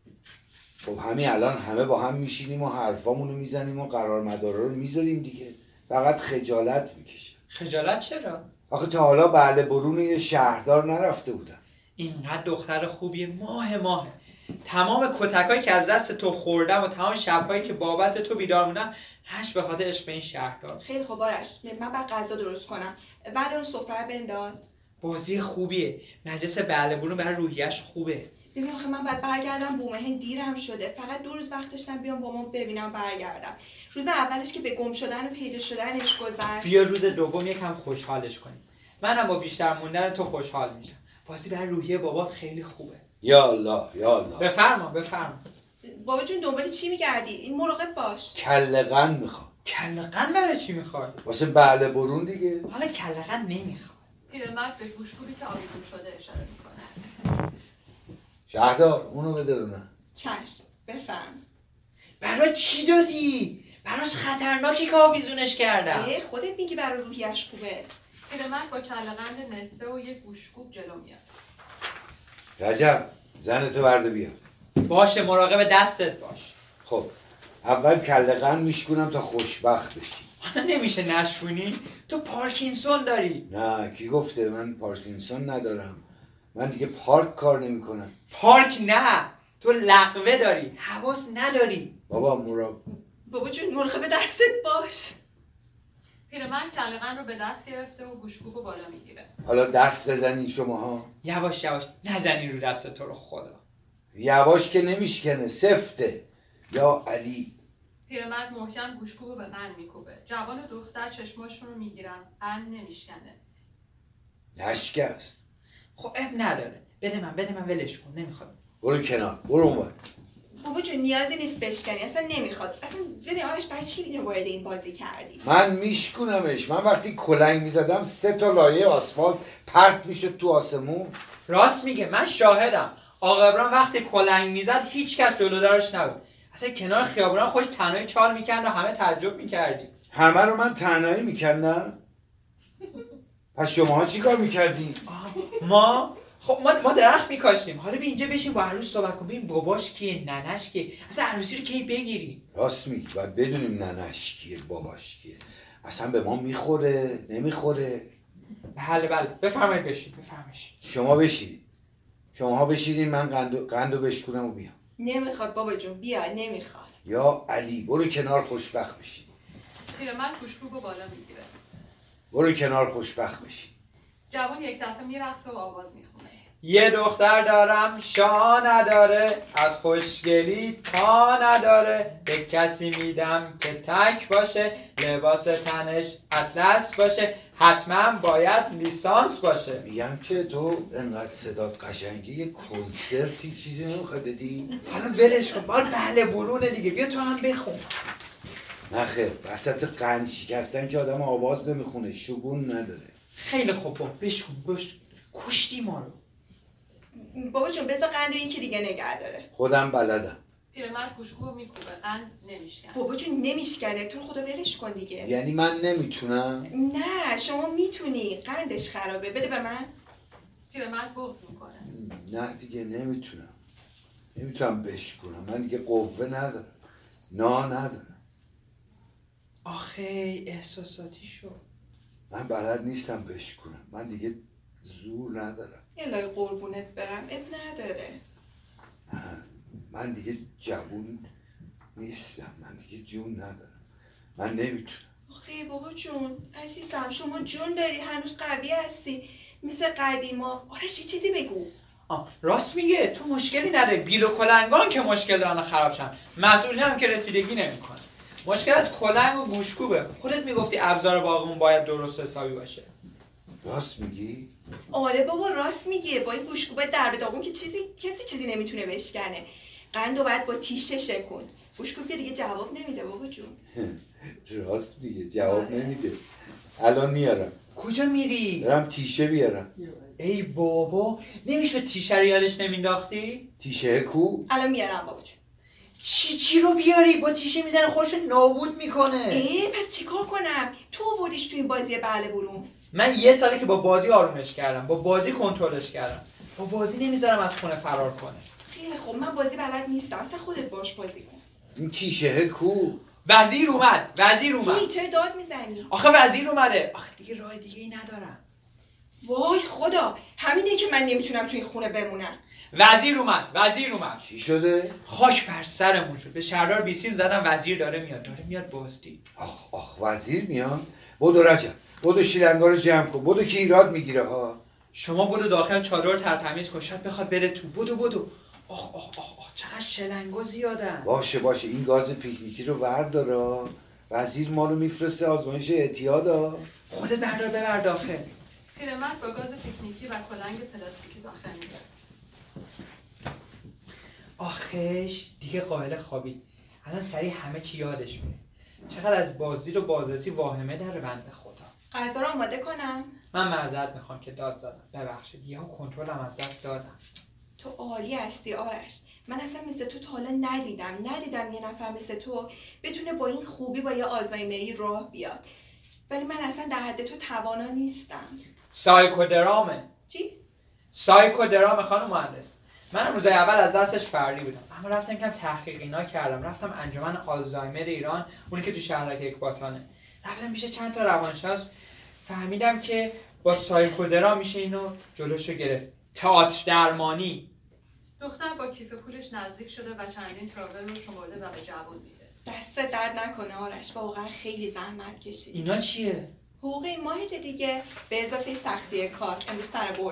[SPEAKER 5] خب همین الان همه با هم میشینیم و حرفامونو میزنیم و قرار مدارا رو میذاریم دیگه. فقط خجالت میکشه.
[SPEAKER 7] خجالت چرا؟
[SPEAKER 5] آخه تا حالا بله برون یه شهردار نرفته بودم.
[SPEAKER 7] اینقدر دختر خوبیه، ماه ماهه. تمام کتکایی که از دست تو خوردم و تمام شبهایی که بابت تو بیدار موندم هش به خاطر عشق به این شهردار.
[SPEAKER 6] خیلی خوب آرش، من بعد غذا درست کنم. ورد اون سفره بنداز.
[SPEAKER 7] بازی خوبیه، مجلس بله برون برای روحیش خوبه.
[SPEAKER 6] ببین آخه من باید برگردم بومهن، دیرم شده. فقط دو روز وقت داشتم بیام بابامو ببینم برگردم. روز اولش که به گم شدن و پیدا شدنش گذشت.
[SPEAKER 7] بیا روز دوم یکم خوشحالش کنیم. منم با بیشتر موندن تو خوشحال میشم. بازی برای روحیه بابات خیلی خوبه.
[SPEAKER 5] یا الله یا الله.
[SPEAKER 7] بفرما بفرما.
[SPEAKER 6] بابا جون دنبال چی میگردی؟ این مراقب باش.
[SPEAKER 5] کله قن میخوام.
[SPEAKER 7] کله قن برای چی میخوای؟
[SPEAKER 5] واسه بله برون دیگه.
[SPEAKER 7] حالا کله قن نمیخواد.
[SPEAKER 4] پیرمرد به گوشگوری که آویزون شده اشاره میکنه.
[SPEAKER 5] شهردار اونو بده به من.
[SPEAKER 6] چشم بفرم.
[SPEAKER 7] برای چی دادی؟ براش خطرناکی که آویزونش کردم.
[SPEAKER 6] ای خودت میگی برای روحیش خوبه.
[SPEAKER 4] پیرمرد با کله‌قند نصفه و یک گوشگوب جلو میاد.
[SPEAKER 5] رجب زنتو برده بیا.
[SPEAKER 7] باشه مراقب دستت باش.
[SPEAKER 5] خب اول کله قن میشکنم تا خوشبخت بشی.
[SPEAKER 7] حالا نمیشه نشونی؟ تو پارکینسون داری.
[SPEAKER 5] نه کی گفته؟ من پارکینسون ندارم. من دیگه پارک کار نمی کنم.
[SPEAKER 7] پارک نه، تو لقوه داری، حواس نداری.
[SPEAKER 5] بابا مرا
[SPEAKER 6] بابا جون مراقب دستت باش.
[SPEAKER 4] پیرمرد کله‌قند رو به دست گرفته و گوشگوب بالا میگیره.
[SPEAKER 5] حالا دست بزنین شماها.
[SPEAKER 7] یواش یواش نزنی رو دست تو رو خدا.
[SPEAKER 5] یواش که نمیشکنه، سفته. یا علی.
[SPEAKER 4] پیرمرد محکم گوشکوبو به قند میکوبه. جوان و دختر چشماشون رو میگیرن، قند نمیشکنه.
[SPEAKER 5] نشکست.
[SPEAKER 7] خب اب نداره، بده من بده من ولش کن، نمیخواد.
[SPEAKER 5] برو کنار، برو اونور.
[SPEAKER 6] بابا جون نیازی نیست بشکنی، اصلا نمیخواد. اصلا ببین آرش برای چی اینو وارد این بازی کردی؟
[SPEAKER 5] من میشکونمش. من وقتی کلنگ میزدم سه تا لایه آسفالت پرت میشد تو آسمون.
[SPEAKER 7] راست میگه، من شاهدم. آقا ابراهیم وقتی کلنگ میزد هیچ کس جلو درش نبود. اصلا کنار خیابون خوش تنهایی چال میکرد و همه تعجب میکردیم.
[SPEAKER 5] همه رو من تنهایی میکردم؟ پس شماها چی کار میکردین؟
[SPEAKER 7] ما خب ما ما درخت میکاشتیم. حالا بیا اینجا بشین با عروس صحبت کنیم، ببین باباش کیه، ننش کیه، اصلا عروسی رو کی بگیریم.
[SPEAKER 5] راست میگی، باید بدونیم ننش کیه، باباش کیه. اصلا به ما میخوره نمیخوره.
[SPEAKER 7] بله بله بفرمایید بشین بفرمایید.
[SPEAKER 5] شما بشینید. شماها بشینید، من قندو قندو بشکونم و بیام.
[SPEAKER 6] نمیخواد بابا جون، بیا نمیخواد.
[SPEAKER 5] یا علی برو کنار خوشبخت بشین.
[SPEAKER 4] پیرمرد گوشکوبو بالا میگیره.
[SPEAKER 5] برو کنار خوشبخت بشین.
[SPEAKER 4] جوان یک دفعه میرقصه و آواز میخونه.
[SPEAKER 7] یه دختر دارم شا نداره، از خوشگلی تا نداره، به کسی میدم که تک باشه، لباس تنش اطلس باشه، حتما باید لیسانس باشه.
[SPEAKER 5] میگم که تو انقدر صدات قشنگی، یه کنسرتی چیزی نمیخوای بدی؟
[SPEAKER 7] حالا ولش کن، بال بله برونه دیگه، بیا تو هم بخون.
[SPEAKER 5] نخیر، وسط قند شکستن که آدم آواز نمیخونه، شگون نداره.
[SPEAKER 7] خیلی خوب بابا بشکن بشکن، کشتی ما رو.
[SPEAKER 6] بابا جون بذار قند این که دیگه نگه داره.
[SPEAKER 5] خودم بلدم.
[SPEAKER 4] پیرمرد گوشکوبو میکوبه، قند نمیشکنه.
[SPEAKER 6] بابا جون نمیشکنه، تو رو خدا ولش کن دیگه.
[SPEAKER 5] یعنی من نمیتونم؟
[SPEAKER 6] نه شما میتونی، قندش خرابه، بده به من.
[SPEAKER 4] پیرمرد بغض میکنه.
[SPEAKER 5] نه دیگه نمیتونم. نمیتونم بشکنم، من دیگه قوه ندارم، نا ندارم.
[SPEAKER 7] آخه احساساتی شد.
[SPEAKER 5] من بلد نیستم بشکنم، من دیگه زور ندارم.
[SPEAKER 6] الهی قربونت برم، اب نداره.
[SPEAKER 5] من دیگه جوون نیستم، من دیگه جون ندارم، من نمیتونم.
[SPEAKER 6] آخه بابا جون عزیزم، شما جون داری، هنوز قوی هستی مثل قدیما. آرش یه چیزی بگو.
[SPEAKER 7] آه راست میگه، تو مشکلی نداره، بیل و کلنگان که مشکل دارن خراب شن، مسئولین هم که رسیدگی نمیکنن. مشکل از کلنگ و گوشکوبه. خودت میگفتی ابزار باغمون باید درست حسابی باشه.
[SPEAKER 5] راست میگی؟
[SPEAKER 6] آره بابا راست میگه، با این گوشکوبه در به داغون که چیزی کسی چیزی نمیتونه بشکنه. قندو باید با تیشه شکن. گوشکوب که دیگه جواب نمیده بابا جون.
[SPEAKER 5] راست میگه، جواب نمیده. الان میارم.
[SPEAKER 7] کجا میری؟
[SPEAKER 5] برم تیشه بیارم.
[SPEAKER 7] ای بابا نمیشه تیشه رو یادش نمینداختی؟
[SPEAKER 5] تیشه کو؟
[SPEAKER 6] الان میارم بابا جون.
[SPEAKER 7] چی چی رو بیاری؟ با تیشه میزنه خودشو نابود میکنه.
[SPEAKER 6] ای پس چیکار کنم؟ تو آوردیش تو این بازی بله برون.
[SPEAKER 7] من یه ساله که با بازی آرومش کردم، با بازی کنترلش کردم، با بازی نمیذارم از خونه فرار کنه.
[SPEAKER 6] خیلی خوب، من بازی بلد نیستم، اصلا خودت باش بازی کن.
[SPEAKER 5] این تیشه کو؟
[SPEAKER 7] وزیر اومد وزیر اومد.
[SPEAKER 6] هی چرا داد میزنی؟
[SPEAKER 7] آخه وزیر اومده. آخه دیگه راه دیگه ای ندارم.
[SPEAKER 6] وای خدا، همینه که من نمیتونم تو این خونه بمونم.
[SPEAKER 7] وزیر اومد وزیر اومد.
[SPEAKER 5] چی شده؟
[SPEAKER 7] خاک بر سرمون شد. به شهردار بیسیم زدم وزیر داره میاد داره میاد بازدید.
[SPEAKER 5] آخ آخ وزیر میاد؟ بدو رجب، بدو شیلنگا رو جمع کن، بدو که ایراد میگیره ها.
[SPEAKER 7] شما بدو داخل چادر ترتمیز کن، شاید بخواد بره تو. بدو بدو. آخ آخ آخ آخ چقدر شلنگا زیادن.
[SPEAKER 5] باشه باشه، این گاز پیکنیکی رو بردار. وزیر ما رو میفرسته آزمایش اعتیادا.
[SPEAKER 7] خودت بردار ببر داخل.
[SPEAKER 4] پیرمرد با گاز پیکنیکی و کلنگ پلاستیکی داخل میره.
[SPEAKER 7] آخش دیگه قائل خوابید. الان سریع همه چی یادش میره. چقدر از بازدید و بازرسی واهمه در بنده خدا.
[SPEAKER 6] غذا رو آماده کنم؟
[SPEAKER 7] من معذرت میخوام که داد زدم. ببخشید یهو کنترلم از دست دادم.
[SPEAKER 6] تو عالی هستی آرش. من اصلا مثل تو تا حالا ندیدم ندیدم یه نفر مثل تو بتونه با این خوبی با یه آلزایمری راه بیاد. ولی من اصلا در حد تو توانا نیستم.
[SPEAKER 7] سایکودرامه.
[SPEAKER 6] چی؟
[SPEAKER 7] سایکودرام خانم مهندس. من روزای اول از دستش فراری بودم، اما رفتم کم تحقیق اینا کردم. رفتم انجمن آلزایمر ایران، اونی که تو شهرک اکباتانه. رفتم پیش چند تا روانشناس، فهمیدم که با سایکودرام میشه اینو جلوشو گرفت. تئاتر درمانی.
[SPEAKER 4] دختر با کیف پولش نزدیک شده و چندین تراول رو شمرده و به جوان میده.
[SPEAKER 6] دست درد نکنه آرش، واقعا خیلی زحمت کشیدی.
[SPEAKER 7] اینا چیه؟
[SPEAKER 6] حقوق این ماهیت دیگه، به اضافه سختی کار. امروز سر برجه.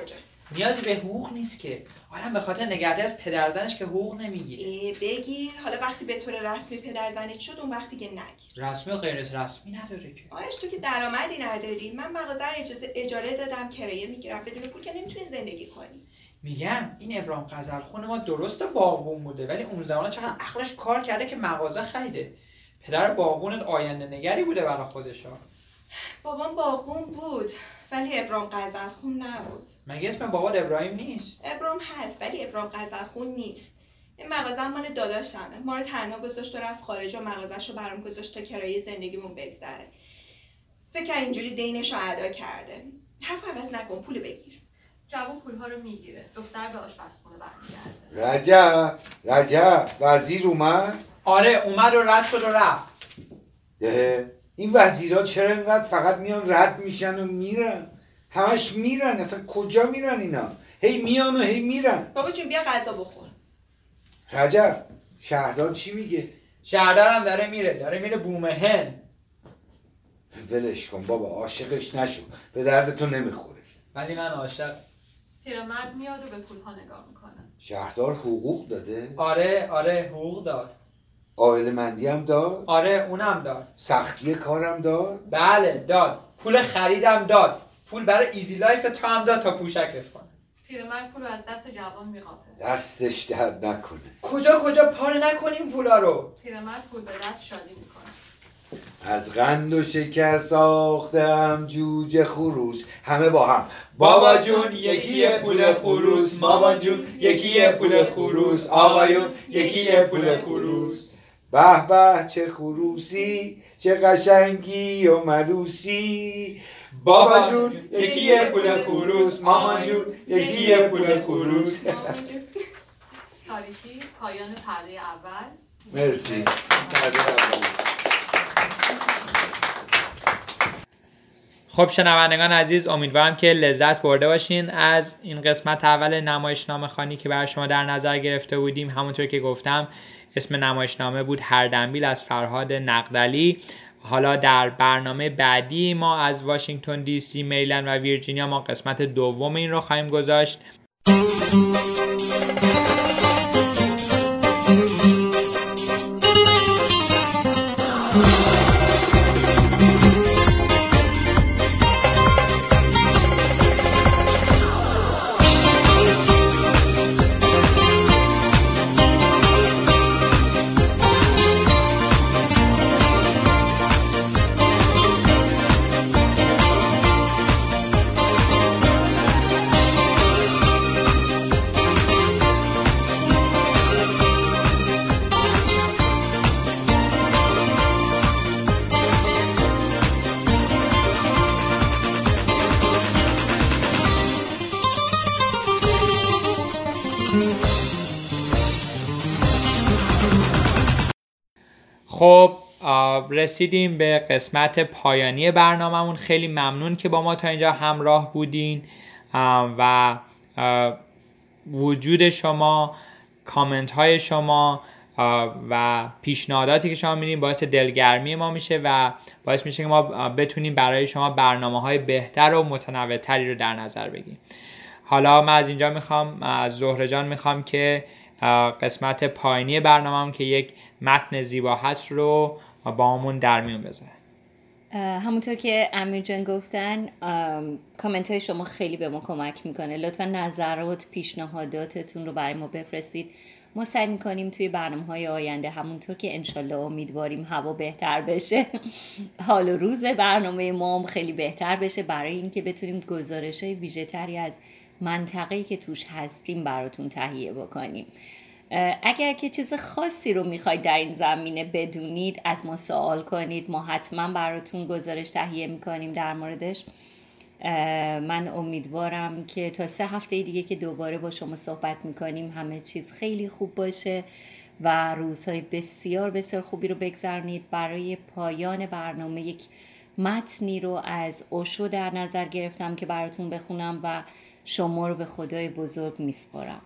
[SPEAKER 7] نیازی به حقوق نیست که. حالا به خاطر نگهداری از پدرزنش که حقوق نمیگیره.
[SPEAKER 6] ای بگیر. حالا وقتی به طور رسمی پدرزنت شد اون وقتی که نگیر.
[SPEAKER 7] رسمی و غیر رسمی نداره که.
[SPEAKER 6] آرش تو که درآمدی نداری. من مغازه رو اجازه اجاره دادم کرایه میگیرم، بدون پول که نمیتونی زندگی کنی.
[SPEAKER 7] میگم این ابراهیم غزلخون ما درست باغبون بوده ولی اون زمان چقدر عقلش کار کرده که مغازه خریده. پدر باغبونت آینده نگری بوده برای خودشا.
[SPEAKER 6] بابام باغبون بود ولی ابراهیم غزلخون نبود.
[SPEAKER 7] مگه اسم بابات ابراهیم نیست؟
[SPEAKER 6] ابراهیم هست ولی ابراهیم غزلخون نیست. این مغازه مال داداشمه. ما رو تنها گذاشت و رفت خارج و مغازه‌شو برام گذاشت تا کرایه زندگیمون بگذره. فکر اینجوری دینشو ادا کرده. حرف عوض نکن، پول بگیر.
[SPEAKER 4] جوون پولها رو میگیره. دختر به آشپزخونه برمیگرده.
[SPEAKER 5] رجب رجب وزیر اومد؟
[SPEAKER 7] آره اومد و رد شد و رفت.
[SPEAKER 5] ده. این وزیرها چرا اینقدر فقط میان رد میشن و میرن؟ همش میرن، اصلا کجا میرن اینا؟ هی میان و هی میرن.
[SPEAKER 6] بابا جون بیا غذا بخور.
[SPEAKER 5] رجب شهردار چی میگه؟
[SPEAKER 7] شهردارم داره میره داره میره بومهن.
[SPEAKER 5] ولش کن بابا، عاشقش نشو، به درد تو نمیخوره.
[SPEAKER 7] ولی من عاشق.
[SPEAKER 4] پیرمرد میاد و به پولها نگاه میکنه.
[SPEAKER 5] شهردار حقوق داده؟
[SPEAKER 7] آره آره حقوق داد.
[SPEAKER 5] عائله مندی هم داد؟
[SPEAKER 7] آره اونم داد.
[SPEAKER 5] سختی کارم داد؟
[SPEAKER 7] بله داد. پول خریدم داد. پول برای ایزی لایف تو هم داد تا پوشکت کنه.
[SPEAKER 4] پیرمرد پول رو از دست جوان میقاپه.
[SPEAKER 5] دستش درد نکنه.
[SPEAKER 7] کجا کجا پاره نکنیم پولا رو.
[SPEAKER 4] پیرمرد پول به دست شادی میکنه.
[SPEAKER 5] از قند و شکر ساختم جوجه خروس، همه با هم. بابا جون یکی پول خروس، ماما جون یکی پول خروس، آقایون یکی پول خروس. به به چه خروسی، چه قشنگی و ملوسی. بابا جون یکی پول خروس، ماما جون یکی پول خروس.
[SPEAKER 4] تاریکی پایان پرده اول.
[SPEAKER 5] مرسی. پرده اول.
[SPEAKER 1] خب شنوندگان عزیز، امیدوارم که لذت برده باشین از این قسمت اول نمایشنامه خوانی که برای شما در نظر گرفته بودیم. همونطور که گفتم اسم نمایشنامه بود هردنبیل از فرهاد نقدلی. حالا در برنامه بعدی ما از واشنگتن دی سی، مریلند و ویرجینیا ما قسمت دوم این رو خواهیم گذاشت. خب رسیدیم به قسمت پایانی برنامه‌مون. خیلی ممنون که با ما تا اینجا همراه بودین و وجود شما، کامنت های شما و پیشنهاداتی که شما میدین باعث دلگرمی ما میشه و باعث میشه که ما بتونیم برای شما برنامه های بهتر و متنوع‌تری رو در نظر بگیریم. حالا من از اینجا میخوام از زهره جان میخوام که قسمت پایانی برنامه‌مون که یک متن زیبا هست رو با همون در میون بذاره.
[SPEAKER 2] همونطور که امیر جان گفتن کامنت های شما خیلی به ما کمک میکنه. لطفا نظرات، پیشنهاداتتون رو برای ما بفرستید. ما سعی میکنیم توی برنامه های آینده همونطور که انشالله امیدواریم هوا بهتر بشه حال و روز برنامه ما خیلی بهتر بشه برای اینکه بتونیم گزارش های ویژه تری از منطقه‌ای که توش هستیم براتون تهیه بکنیم. اگر که چیز خاصی رو میخواید در این زمینه بدونید از ما سوال کنید، ما حتما براتون گزارش تهیه میکنیم در موردش. من امیدوارم که تا سه هفته دیگه که دوباره با شما صحبت میکنیم همه چیز خیلی خوب باشه و روزهای بسیار بسیار خوبی رو بگذرونید. برای پایان برنامه یک متنی رو از اوشو در نظر گرفتم که براتون بخونم و شما رو به خدای بزرگ میسپارم.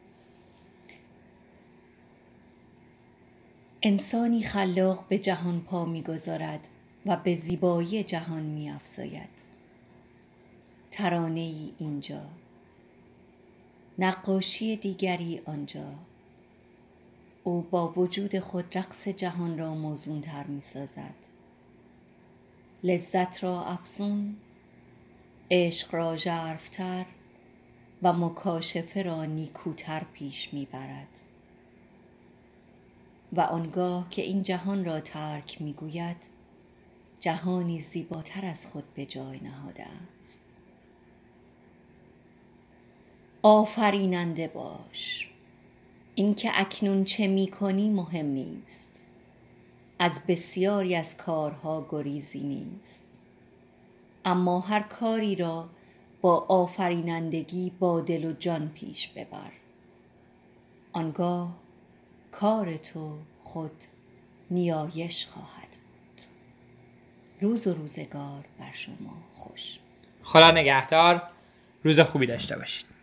[SPEAKER 2] انسانی خلاق به جهان پا میگذارد و به زیبایی جهان میافزاید. ترانه‌ای اینجا نقاشی دیگری آنجا. او با وجود خود رقص جهان را موزون تر می سازد. لذت را افزون، عشق را ژرف‌تر و مکاشفه را نیکوتر پیش می برد. و آنگاه که این جهان را ترک می گوید، جهانی زیباتر از خود به جای نهاده است. آفریننده باش. این که اکنون چه می کنی مهم نیست. از بسیاری از کارها گریزی نیست. اما هر کاری را با آفرینندگی با دل و جان پیش ببر. آنگاه کار تو خود نیایش خواهد بود. روز و روزگار بر شما خوش.
[SPEAKER 1] خدا نگهدار. روز خوبی داشته باشید.